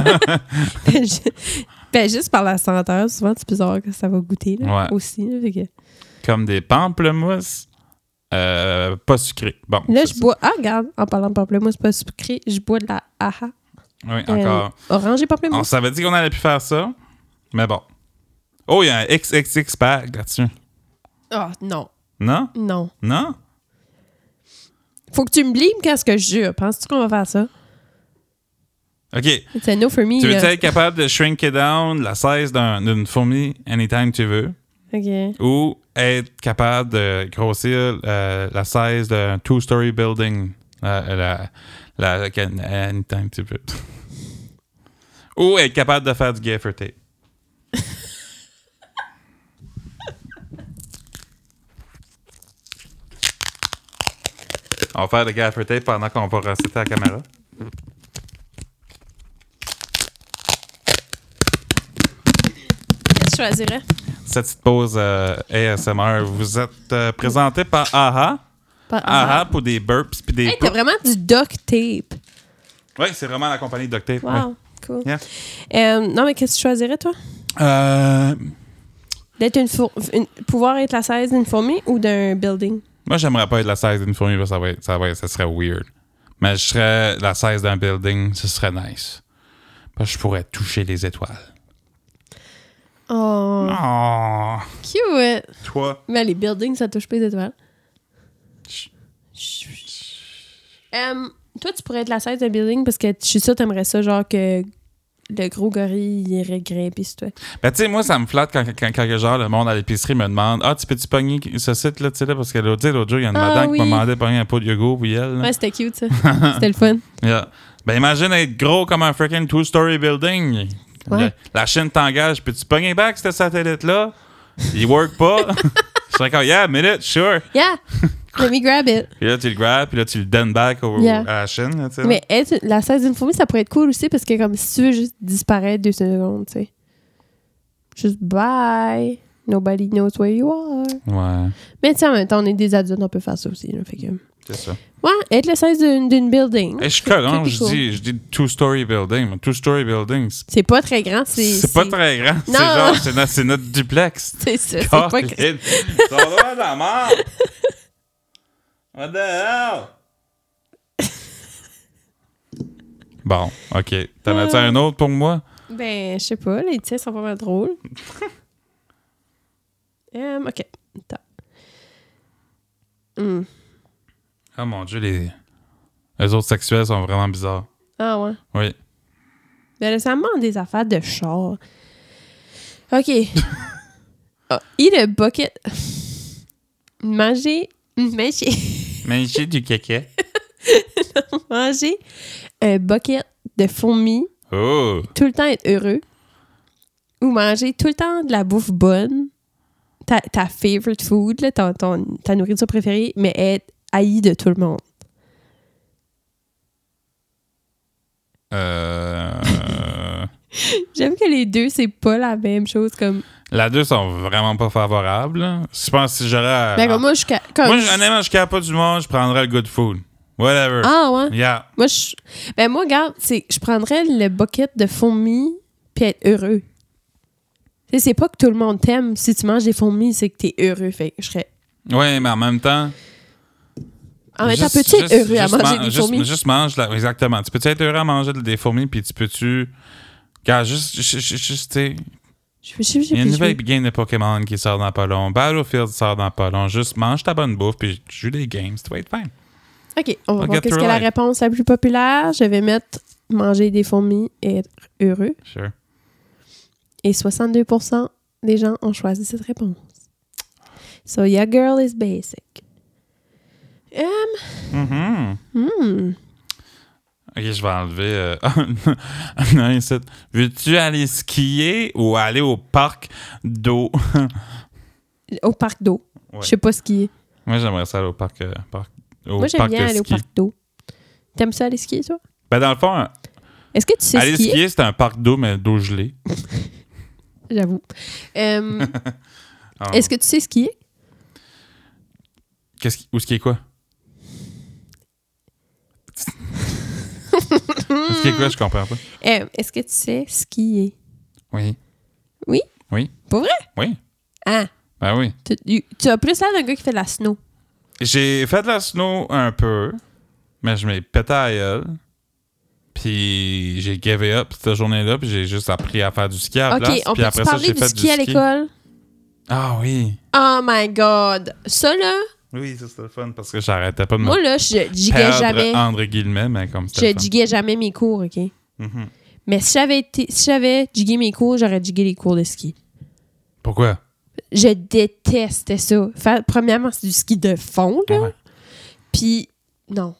Ben, juste par la senteur, souvent, tu peux savoir que ça va goûter, là, aussi. Là, fait que... Comme des pamplemousses. Pas sucré. Bon. Là, je bois... Ah, regarde, en parlant de pamplemousse pas sucré, je bois de la AHA. Oui, encore. Orange et On pamplemousse. s'avait dit qu'on allait plus faire ça, mais bon. Oh, il y a un XXX pack là-dessus. Ah, non. Non? Non. Non? Faut que tu me blimes qu'est-ce que je jure. Penses-tu qu'on va faire ça? OK. C'est no for me. Tu veux être capable de shrink it down la size d'une fourmi anytime tu veux? OK. Ou être capable de grossir la size d'un two-story building anytime tu veux. Ou être capable de faire du gaffer tape. On va faire le gaffer tape pendant qu'on va reciter la caméra. choisirais? Cette petite pause ASMR. Vous êtes présenté par AHA. AHA pour des burps puis des... Hey, t'as vraiment du duct tape. Oui, c'est vraiment la compagnie Duct Tape. Wow, ouais. cool. Yeah. Non, mais qu'est-ce que tu choisirais, toi? D'être pouvoir être la size d'une fourmi ou d'un building? Moi, j'aimerais pas être la size d'une fourmi, parce que ça serait weird. Mais je serais la size d'un building, ce serait nice. Parce que je pourrais toucher les étoiles. Oh. Oh. Cute! Toi? Mais les buildings, ça touche pas les étoiles. Toi, tu pourrais être la size d'un building parce que je suis sûre que t'aimerais ça, genre que le gros gorille il irait grimper sur toi. Ben, tu sais, moi, ça me flatte quand genre, le monde à l'épicerie me demande « Ah, tu peux-tu pogner ce site-là, tu sais, là? » Parce que l'autre jour, il y a une madame qui m'a demandé de pogner un pot de yogourt pour elle. Ouais, c'était cute, ça. C'était le fun. Yeah. Ben, imagine être gros comme un freaking two-story building. Ouais. La Chine t'engage. Peux-tu pogner back ce satellite-là? Il work pas. Je serais comme « Yeah, minute, sure. » Yeah! Let me grab it. Puis là, tu le grabs, puis là, tu le donnes back à la Chine. Là, tu sais, mais être la size d'une fourmi, ça pourrait être cool aussi parce que comme si tu veux juste disparaître 2 secondes, tu sais. Juste bye. Nobody knows where you are. Ouais. Mais tu sais, en même temps, on est des adultes, on peut faire ça aussi. Là, fait que... C'est ça. Ouais, être la size d'une building. Je suis collant, je dis two-story building. Two-story building, c'est pas très grand. C'est pas très grand. Non. C'est notre duplex. C'est ça, c'est pas grand. Ça va de la merde. What the hell? Bon, OK. T'en as-tu un autre pour moi? Ben, je sais pas. Les tiens sont pas mal drôles. OK. Attends. Oh mon Dieu, les autres sexuels sont vraiment bizarres. Ah ouais? Oui. Ben là, ça me demande des affaires de char. OK. Eat a bucket. Manger du caca. Manger un bucket de fourmis. Oh! Tout le temps être heureux. Ou manger tout le temps de la bouffe bonne. Ta favorite food, là, ta nourriture préférée, mais être haï de tout le monde. J'aime que les deux, c'est pas la même chose. Comme... Les deux sont vraiment pas favorables. Là. Je pense que si j'aurais... Ben, moi, honnêtement, je capte pas du monde, je prendrais le good food. Whatever. Ah, ouais? Yeah. Moi, regarde, je prendrais le bucket de fourmis puis être heureux. T'sais, c'est pas que tout le monde t'aime. Si tu manges des fourmis, c'est que t'es heureux. Fait que je serais... Oui, mais en même temps... En même temps, peux-tu être heureux à manger des fourmis? Juste mange... Exactement. Tu peux-tu être heureux à manger des fourmis puis tu peux-tu... Regarde, juste tu sais... Il y a une nouvelle game de Pokémon qui sort dans pas long. Battlefield sort dans pas long. Juste mange ta bonne bouffe puis joue des games. Tu vas être fine. OK, on va voir qu'est-ce que la réponse la plus populaire. Je vais mettre manger des fourmis et être heureux. Sure. Et 62% des gens ont choisi cette réponse. So, your girl is basic. OK, je vais enlever... non, ici. Veux-tu aller skier ou aller au parc d'eau? Au parc d'eau. Ouais. Je sais pas skier. Moi, j'aimerais ça aller au parc Moi, j'aime bien aller au parc d'eau. T'aimes ça aller skier, toi? Ben, dans le fond... Est-ce que tu sais aller skier, c'est un parc d'eau, mais d'eau gelée. J'avoue. Est-ce que tu sais skier? Où skier quoi? Skier quoi? Je comprends pas. Est-ce que tu sais skier? Oui. Oui? Oui. Pas vrai? Oui. Ah. Ben oui. Tu as plus l'air d'un gars qui fait de la snow. J'ai fait de la snow un peu, mais je m'ai pété à la gueule. Puis j'ai given up cette journée-là, puis j'ai juste appris à faire du ski à la place. OK, on peut parler du ski à l'école? Ah oui. Oh my God. Ça, là... Oui, ça c'était le fun, parce que j'arrêtais pas de moi, là, je jiguais jamais... entre guillemets, mais comme c'était je jiguais jamais mes cours, OK? Mm-hmm. Mais si j'avais jigué mes cours, j'aurais jigué les cours de ski. Pourquoi? Je détestais ça. Premièrement, c'est du ski de fond, là. Ouais. Puis, non.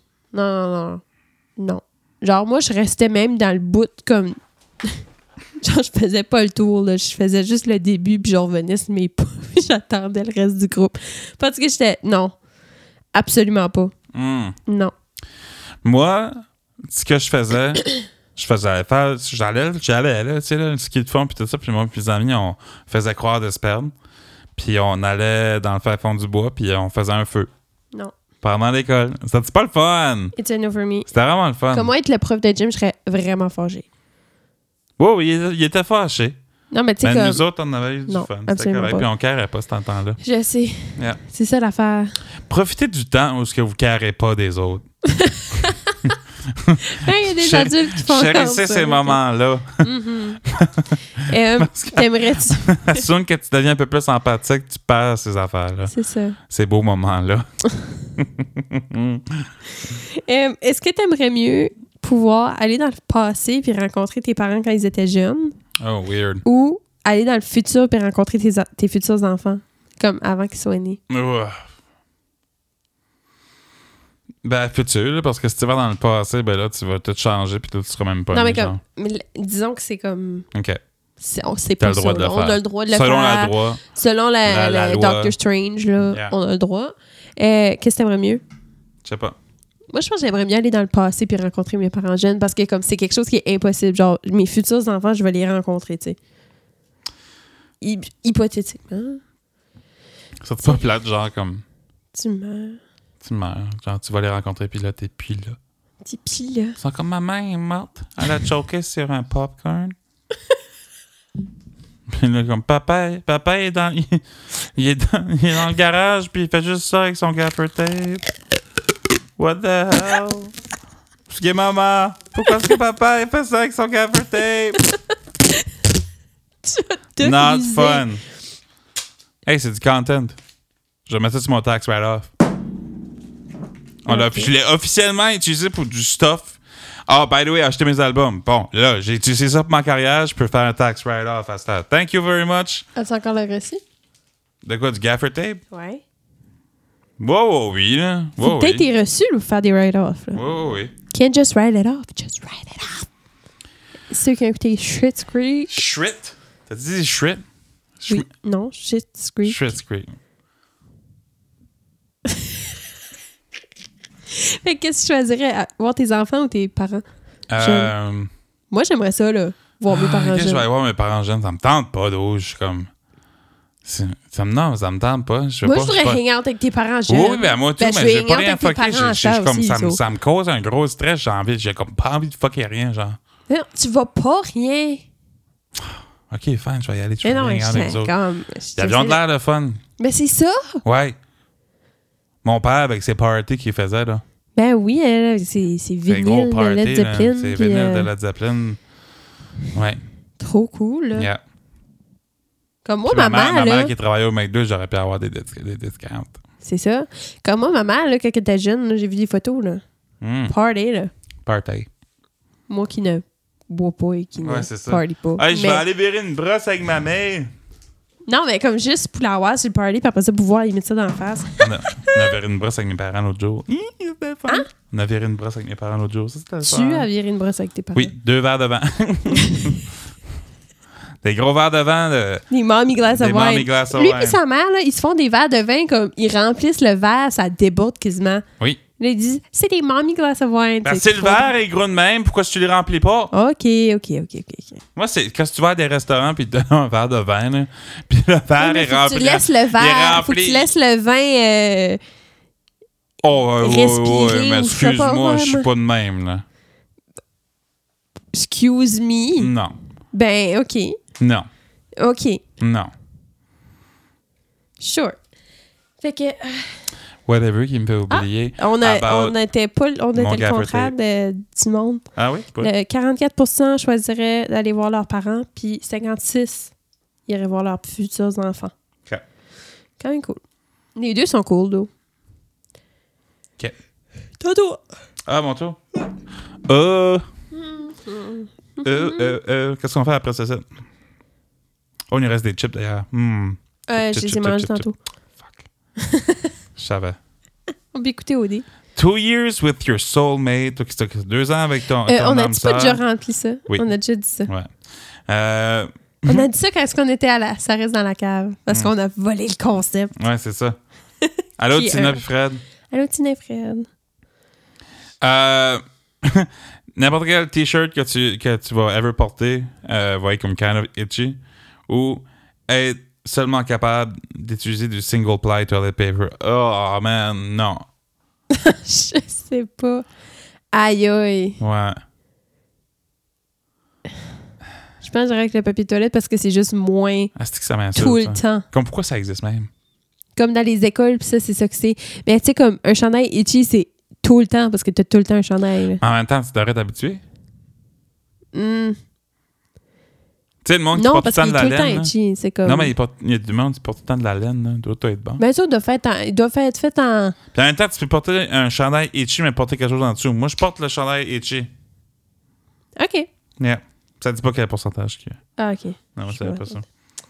Genre, moi, je restais même dans le bout comme... Genre, je faisais pas le tour, là. Je faisais juste le début, puis je revenais sur mes pas, puis j'attendais le reste du groupe. Parce que j'étais... Non. Absolument pas. Non. Moi, ce que je faisais, J'allais, là, tu sais, là, le ski de fond, puis tout ça, puis moi, puis mes amis, on faisait croire de se perdre, puis on allait dans le fin fond du bois, puis on faisait un feu. Non. Pendant l'école. C'était pas le fun! It's a no for me. C'était vraiment le fun. Comme moi, être le prof de gym, je serais vraiment fâchée. Wow, il était fâché. Non, mais tu sais, Mais comme... nous autres, on avait eu du Non, fun. C'était absolument correct, pas. puis on carrait pas ce temps-là. Je sais. Yeah. C'est ça l'affaire. Profitez du temps où ce que vous carrez pas des autres. Il y a des adultes qui font Chérissez ça, ces là. moments-là. T'aimerais-tu... Assume que tu deviens un peu plus empathique, tu perds ces affaires-là. C'est ça. Ces beaux moments-là. Est-ce que t'aimerais mieux pouvoir aller dans le passé puis rencontrer tes parents quand ils étaient jeunes Oh, weird. ou aller dans le futur puis rencontrer tes futurs enfants comme avant qu'ils soient nés? Ouah. Ben, futur, là, parce que si tu vas dans le passé, ben là, tu vas tout changer puis tout, tu seras même pas Non, mais né, comme... disons que c'est comme... OK. C'est T'as pas le droit ça, de le là. faire. On a le droit de le Selon faire. la droit. Selon la la loi. Doctor Strange, là, Yeah. on a le droit. Qu'est-ce que t'aimerais mieux? Je sais pas. Moi, je pense que j'aimerais bien aller dans le passé puis rencontrer mes parents jeunes parce que comme c'est quelque chose qui est impossible. Genre, mes futurs enfants, je vais les rencontrer, tu sais. Hypothétiquement, Ça te pas plate, genre, comme, tu meurs. tu meurs. Genre, tu vas les rencontrer puis là, t'es plus là. T'es pis là. Ils sont comme, ma main est morte. Elle a choqué sur un popcorn. Puis là, comme, papa est dans... il est dans le garage, puis il fait juste ça avec son gaffer tape. What the hell? Parce que maman, pourquoi est-ce que papa il fait ça avec son gaffer tape? Tu Not fun. Hey, c'est du content. Je vais mettre ça sur mon tax write-off. Je l'ai officiellement utilisé pour du stuff. Ah, by the way, acheter mes albums. Bon, là, j'ai utilisé ça pour ma carrière. Je peux faire un tax write-off à ça. Thank you very much. As-tu encore le récit? De quoi, du gaffer tape? Ouais. Wow, oui, là. Faut Wow, peut-être oui. tes reçus ou faire des write-offs. Là. Wow, oui. Can't just write it off. Just write it off. Ceux qui ont écouté Schitt's Creek. Shrit. T'as dit shrit? Oui. Non, Schitt's Creek. Shrit's Creek. Fait que qu'est-ce que tu choisirais? Voir tes enfants ou tes parents? Moi, j'aimerais ça, là. Voir mes parents Quand je jeunes. vais aller voir mes parents jeunes, ça me tente pas d'eau. Je suis comme... Non, ça me tente pas. Moi, je voudrais hang out avec tes parents jeunes. Oui, ben moi tout, Ben, je mais vais j'ai hang pas out rien avec tes fucké. parents J'ai chats comme aussi, ça me cause un gros stress. J'ai comme pas envie de fucker rien, genre. Non, tu vas pas rien. OK, fine, je vais y aller. Je Mais vais non, aller mais avec les je autres. comme... Ils ont de l'air de fun. Mais c'est ça. Ouais. Mon père, avec ses parties qu'il faisait, là. Ben oui, c'est C'est vinyle gros de party, Led là. Zeppelin. C'est puis, vinyle de Led Zeppelin. Ouais. Trop cool, là. Yeah. Comme moi, Puis ma maman, mère là... qui travaillait au McDo, j'aurais pu avoir des discounts. C'est ça. Comme moi, maman, là, quand elle était jeune, là, j'ai vu des photos, là. Party, là. Party. Moi qui ne bois pas et qui ne Ouais, c'est ça. party pas. Hey, je vais Mais- aller virer une brosse avec ma mère. Non, mais comme juste pour l'avoir sur le party, puis après ça, pouvoir y mettre ça dans la face. On a viré une brosse avec mes parents l'autre jour. C'était fun. Hein? On a viré une brosse avec mes parents l'autre jour. Ça, c'était le Tu fun. as viré une brosse avec tes parents. Oui, 2 verres de vin. Des gros verres de vin. Des mommy glass of Des wine. mommy glass of Lui wine. et sa mère, là, ils se font des verres de vin comme ils remplissent le verre, ça déborde quasiment. Oui. Là, ils disent c'est des mommy glass of wine. Ben, si le trop- verre est gros de même, pourquoi tu les remplis pas? OK. Moi, c'est quand tu vas à des restaurants puis tu donnes un verre de vin, là, puis le verre est Faut que rempli. tu laisses le il est verre, faut que rempli. tu laisses le vin. Oh, respirer mais ou je sais pas, excuse-moi, je suis vraiment. pas de même, là. Excuse me. Non. Ben, OK. Non. OK. Non. Sure. Fait que Whatever qui me fait oublier. on était mon le gaffer contraire du monde. Ah oui? C'est pas... Le 44% choisiraient d'aller voir leurs parents, puis 56% iraient voir leurs futurs enfants. OK. Quand même cool. Les deux sont cool, though. OK. Toto! Ah, mon tour? Qu'est-ce qu'on fait après ça? Oh, il nous reste des chips, d'ailleurs. Je les ai mangés tantôt. Fuck. Je savais. On peut écouter OD. 2 years with your soulmate. Toi, qui t'as 2 ans avec ton On âme a-tu pas sœur. déjà rempli ça? Oui. On a déjà dit ça. Ouais. On a dit ça quand on était ça reste dans la cave. Parce qu'on a volé le concept. Ouais, c'est ça. Allô, Puis, Tina et Fred. Allô, Tina et Fred. N'importe quel t-shirt que tu vas ever porter va être comme kind of itchy. Ou être seulement capable d'utiliser du single-ply toilet paper. Oh, man, non. Je sais pas. Aïe, aïe. Ouais. Je pense que j'irais avec le papier toilette parce que c'est juste moins C'est que ça m'insulte. tout le temps. Comme pourquoi ça existe même? Comme dans les écoles, puis ça, c'est ça que c'est. Mais tu sais, comme un chandail itchy, c'est tout le temps parce que t'as tout le temps un chandail. Là. En même temps, tu devrais t'habituer. Mm. Tu sais, le monde qui Non, porte tout parce le temps qu'il de est la tout le temps laine. itchy. C'est comme... Non, mais il y a du monde qui porte tout le temps de la laine. Là. Doit être bon. Ben ça, il doit être fait en... Puis en même temps, tu peux porter un chandail itchy, mais porter quelque chose en dessous. Moi, je porte le chandail itchy. OK. Yeah. Ça dit pas quel pourcentage qu'il y a. Ah, OK. Non, moi, je savais pas ça.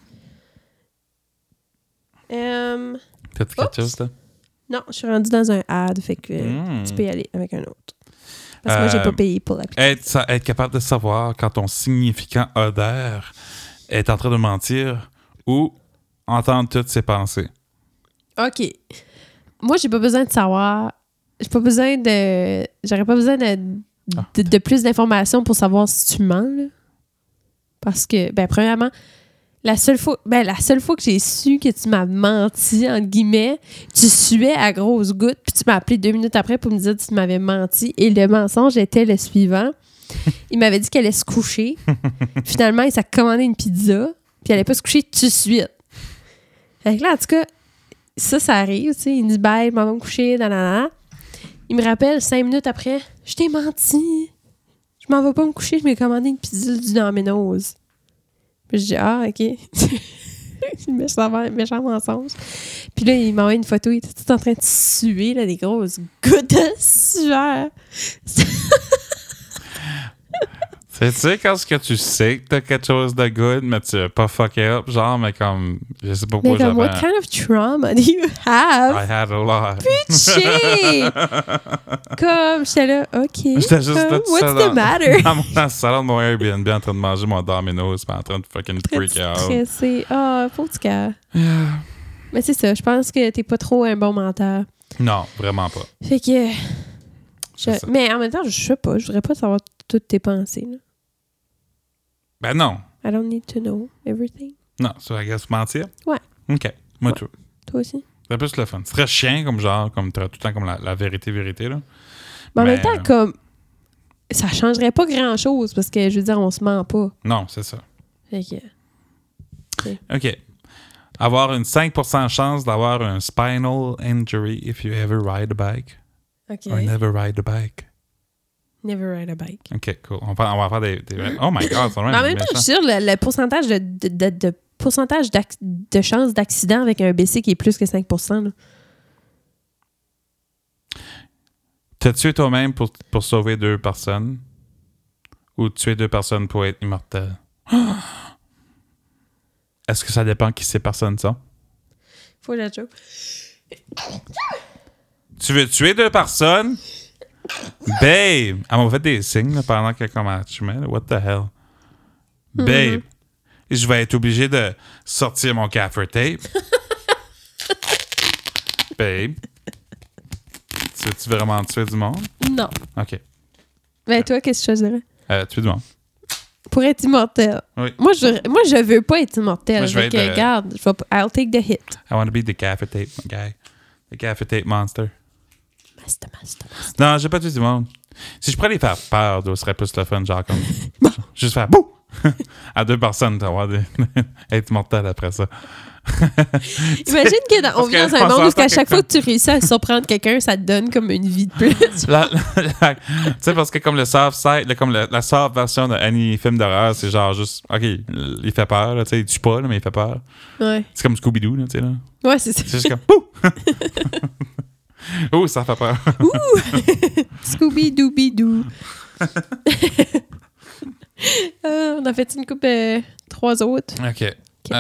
T'as-tu quelque chose, toi? Non, je suis rendue dans un ad, fait que tu peux y aller avec un autre. Parce que moi, j'ai pas payé pour l'application. Être capable de savoir quand ton significant odeur est en train de mentir ou entendre toutes ses pensées. OK. Moi, j'ai pas besoin de savoir... J'aurais pas besoin de plus d'informations pour savoir si tu mens, là. Parce que, ben, premièrement, la seule fois que j'ai su que tu m'as menti, entre guillemets, tu suais à grosses gouttes, puis tu m'as appelé 2 minutes après pour me dire que tu m'avais menti. Et le mensonge était le suivant. Il m'avait dit qu'elle allait se coucher. Finalement, il s'est commandé une pizza, puis elle allait pas se coucher tout de suite. Fait que là, en tout cas, ça arrive, tu sais. Il me dit bye, je m'en vais me coucher, nanana. Il me rappelle 5 minutes après, je t'ai menti. Je m'en vais pas me coucher, je m'ai commandé une pizza du Domino's. Puis je dis, ah, OK. méchant mensonge. Puis là, il m'a envoyé une photo, il était tout en train de suer, là, des grosses gouttes de sueur. Tu sais, quand ce que tu sais que t'as quelque chose de good, mais tu veux pas fuck it up, genre, mais comme, je sais pas pourquoi Mais comme, what kind of trauma do you have? I had a lot. Pitché! Comme, j'étais là, OK. J'étais juste là, tout what's seul the matter? dans le salon de mon Airbnb en train de manger mon Domino's pis en train de fucking freak out. Stressé. Ah, pauvre petit gars. Mais c'est ça, je pense que t'es pas trop un bon menteur. Non, vraiment pas. Fait que... C'est ça. Mais en même temps, je sais pas, je voudrais pas savoir toutes tes pensées, là. Ben non. I don't need to know everything. Non, ça, I guess, mentir? Ouais. OK. Moi, Ouais. tout. Toi aussi? C'est plus le fun. C'est très chiant comme genre, comme t'as tout le temps comme la vérité, là. Mais en même temps, comme... Ça changerait pas grand-chose, parce que, je veux dire, on se ment pas. Non, c'est ça. Fait que... OK. Avoir une 5% chance d'avoir un spinal injury if you ever ride a bike. OK. Or never ride a bike. Never ride a bike. OK, cool. On va faire des... Oh my God, c'est Mais en même temps, je suis sûre, le pourcentage pourcentage de chance d'accident avec un BC qui est plus que 5%. Là. T'as tué toi-même pour sauver 2 personnes ou tuer 2 personnes pour être immortel? Est-ce que ça dépend qui ces personnes sont? Faut que la joke. Tu veux tuer 2 personnes? Babe! Elle m'a fait des signes là, pendant qu'elle commençait. What the hell? Babe! Je vais être obligé de sortir mon gaffer tape. Babe! Tu veux-tu vraiment tuer du monde? Non. OK. Mais toi, qu'est-ce que tu choisirais? Tuer du monde. Pour être immortel. Oui. Moi, je veux pas être immortel. Moi, je vais Donc, être, regarde, I'll take the hit. I want to be the gaffer tape guy. The gaffer tape monster. Master. Non, j'ai pas tué du monde. Si je pourrais les faire peur, ce serait plus le fun, genre comme... juste faire bouh! À 2 personnes, tu vas être mortel après ça. Imagine qu'on vit dans un monde où à chaque fois quelqu'un- que tu réussis à surprendre quelqu'un, ça te donne comme une vie de plus. Tu sais, parce que comme le soft side, comme la soft version d'un film d'horreur, c'est genre juste... OK, il fait peur, là, tu sais, il tue pas, là, mais il fait peur. Ouais. C'est comme Scooby-Doo, là, tu sais, là. Ouais, c'est ça. C'est juste comme... Bouh! Ouh, ça fait peur. Scooby-Dooby-Doo. On a fait une coupe 3 autres. OK.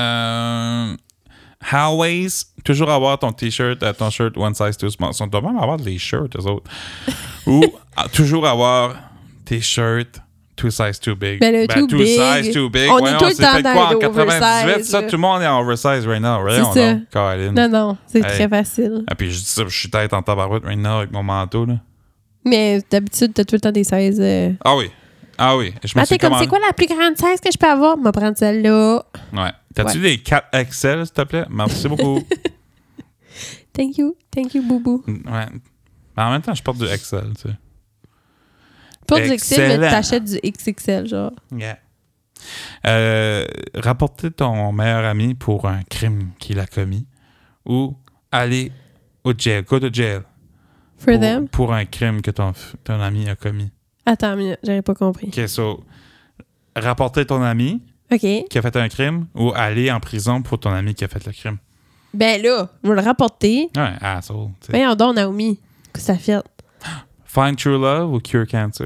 Howways, toujours avoir ton t-shirt, ton shirt one size too small. Ils doivent même avoir des shirts, eux autres. Ou toujours avoir tes shirts two size too big. Ben, le too big. Size too big. On Ouais, est tout le s'est temps fait dans quoi en les 98? oversize, Ça, là. tout le monde est en oversize right now. Right? C'est ça. Caroline. Non, c'est Hey. très facile. Ah, puis je dis ça, je suis tête en tabarouette right now avec mon manteau, là. Mais d'habitude, t'as tout le temps des 16. Ah oui. Ah oui. Je me T'es comme, c'est quoi la plus grande 16 que je peux avoir? Je vais prendre celle-là. Ouais. T'as-tu des 4 XL, s'il te plaît? Merci beaucoup. Thank you. Thank you, boubou. Ouais. Mais en même temps, je porte du XL, tu sais. Pas du XL, mais Excellent. t'achètes du XXL, genre. Yeah. Rapporter ton meilleur ami pour un crime qu'il a commis ou aller au jail, go to jail For them? pour un crime que ton ami a commis. Attends, mais j'aurais pas compris. OK, so, rapporter ton ami OK. qui a fait un crime ou aller en prison pour ton ami qui a fait le crime. Ben là, je vais le rapporter. Ouais, asshole. Tu sais. Voyons donc, Naomi. Qu'est-ce que ça fait? Find true love ou cure cancer?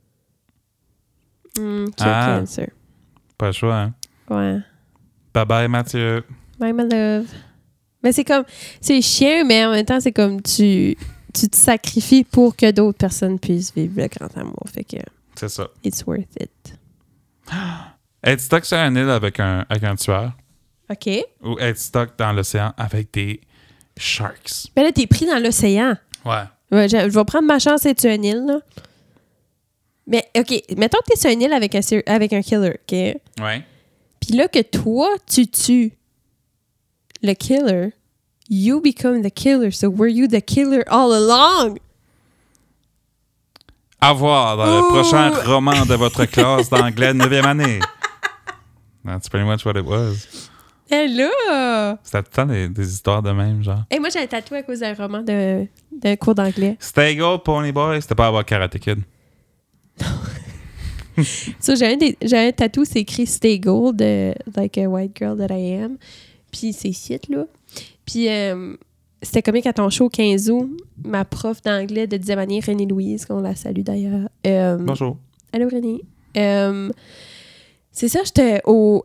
Cure Ah. cancer. Pas le choix, hein? Ouais. Bye-bye, Mathieu. Bye, my love. Mais c'est comme... C'est chiant, mais en même temps, c'est comme tu te sacrifies pour que d'autres personnes puissent vivre le grand amour. Fait que C'est ça. it's worth it. Être stuck sur une île avec un tueur OK. ou être stuck dans l'océan avec des sharks. Ben là, t'es pris dans l'océan. Ouais. Ouais, je vais prendre ma chance d'être sur une île, là. Mais, OK, mettons que t'es sur une île avec un killer, OK? Ouais. Puis là, que toi, tu tues le killer, you become the killer. So were you the killer all along? À voir dans le prochain roman de votre classe d'anglais 9e année. That's pretty much what it was. Hello! C'était tout le temps des histoires de même, genre. Hey, moi, j'ai un tatoué à cause d'un roman de cours d'anglais. Stay Gold, Pony Boy, c'était pas avoir Karate Kid. So, j'ai un tatou, c'est écrit Stay Gold, like a white girl that I am. Puis c'est shit, là. Puis c'était comique à ton show 15 août. Ma prof d'anglais de 10e année, René Louise, qu'on la salue d'ailleurs. Bonjour. Allô, René. C'est ça, j'étais au...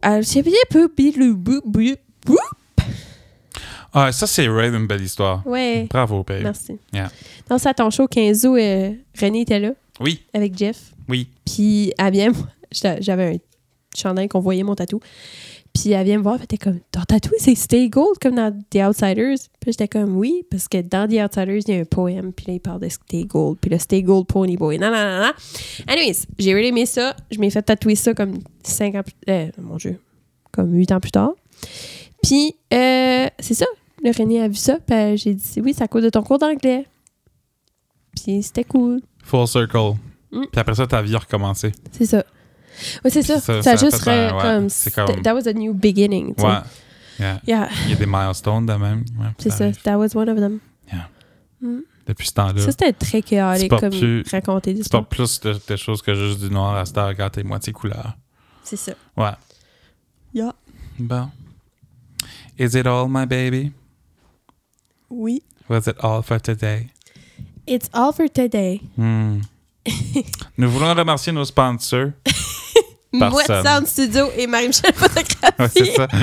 Ah, ça, c'est Ray, une belle histoire. Ouais. Bravo, Père. Merci. Yeah. Dans à ton show 15 août, René était là Oui, avec Jeff. oui. Puis elle vient... J'avais un chandail qu'on voyait mon tatou. Puis elle vient me voir, elle était comme, ton tatou, c'est Stay Gold, comme dans The Outsiders. Puis j'étais comme, oui, parce que dans The Outsiders, il y a un poème, puis là, il parle de Stay Gold, puis le Stay Gold Pony Boy. Non. Anyways, j'ai really aimé ça. Je m'ai fait tatouer ça comme 5 ans plus... mon Dieu, comme 8 ans plus tard. Puis, c'est ça. Le René a vu ça, puis j'ai dit, oui, c'est à cause de ton cours d'anglais. Puis c'était cool. Full circle. Mm. Puis après ça, ta vie a recommencé. C'est ça. Ouais, c'est ça. Ça Ça a a juste fait un- ouais, comme... c'est comme- That was a new beginning. tu sais. Ouais. Yeah. Yeah, Il y a des milestones de même. Ouais, c'est ça. arrive. That was one of them. Yeah. Mm. Depuis ce temps-là. Ça, c'était très chaotique C'est pas comme plus- raconter des C'est pas histoires. plus de choses que juste du noir à cette heure quand t'es moitié couleur. C'est ça. Ouais. Yeah. Bon. Is it all, my baby? Oui. Was it all for today? It's all for today. Nous voulons remercier nos sponsors. Moi, Personne. Sound Studio et Marie-Michel Photographie. Ouais, c'est ça.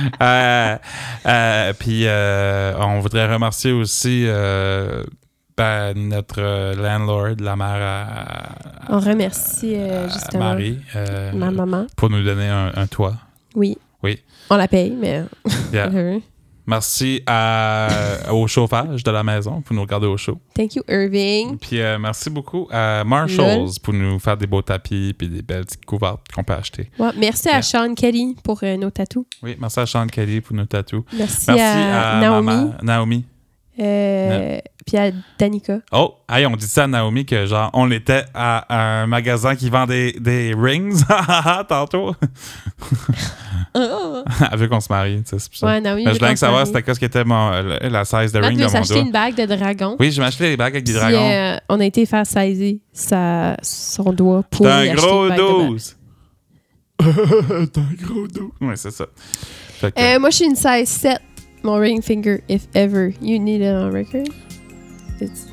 Puis on voudrait remercier aussi notre landlord, la mère On remercie justement Marie, ma maman. pour nous donner un toit. Oui. Oui. On la paye, mais... Yeah. Merci au chauffage de la maison pour nous garder au chaud. Thank you, Irving. Puis merci beaucoup à Marshalls pour nous faire des beaux tapis et des belles petites couvertes qu'on peut acheter. Ouais, merci à Sean Kelly pour nos tatous. Oui, merci à Sean Kelly pour nos tatous. Merci à Naomi. Naomi. Puis à Danica. Oh, hey, on dit ça à Naomi que genre on était à un magasin qui vend des rings tantôt. Oh. Elle veut qu'on se marie, tu sais, c'est pour ça. Ouais, Naomi. Mais je voulais savoir c'était qu'est-ce qui était la size de Matt ring veut de mon s'acheter doigt. une bague de dragon. Oui, je m'achetais des bagues avec des Puis, dragons. on a été faire sizer son doigt pour T'as lui un acheter gros une bague de bague. 12. T'as un gros 12. Oui, c'est ça. Fait que, Moi, je suis une size 7. Mon ring finger, if ever you need it on record. It's...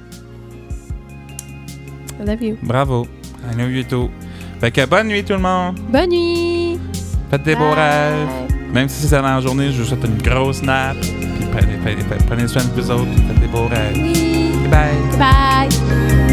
I love you. bravo. I know you too. Fait que bonne nuit tout le monde. Bonne nuit! Faites des beaux Bye. rêves. Même si c'est dans la journée, je vous souhaite une grosse nap. Puis prenez soin de vous autres. Faites des beaux rêves. Oui. Bye. Bye!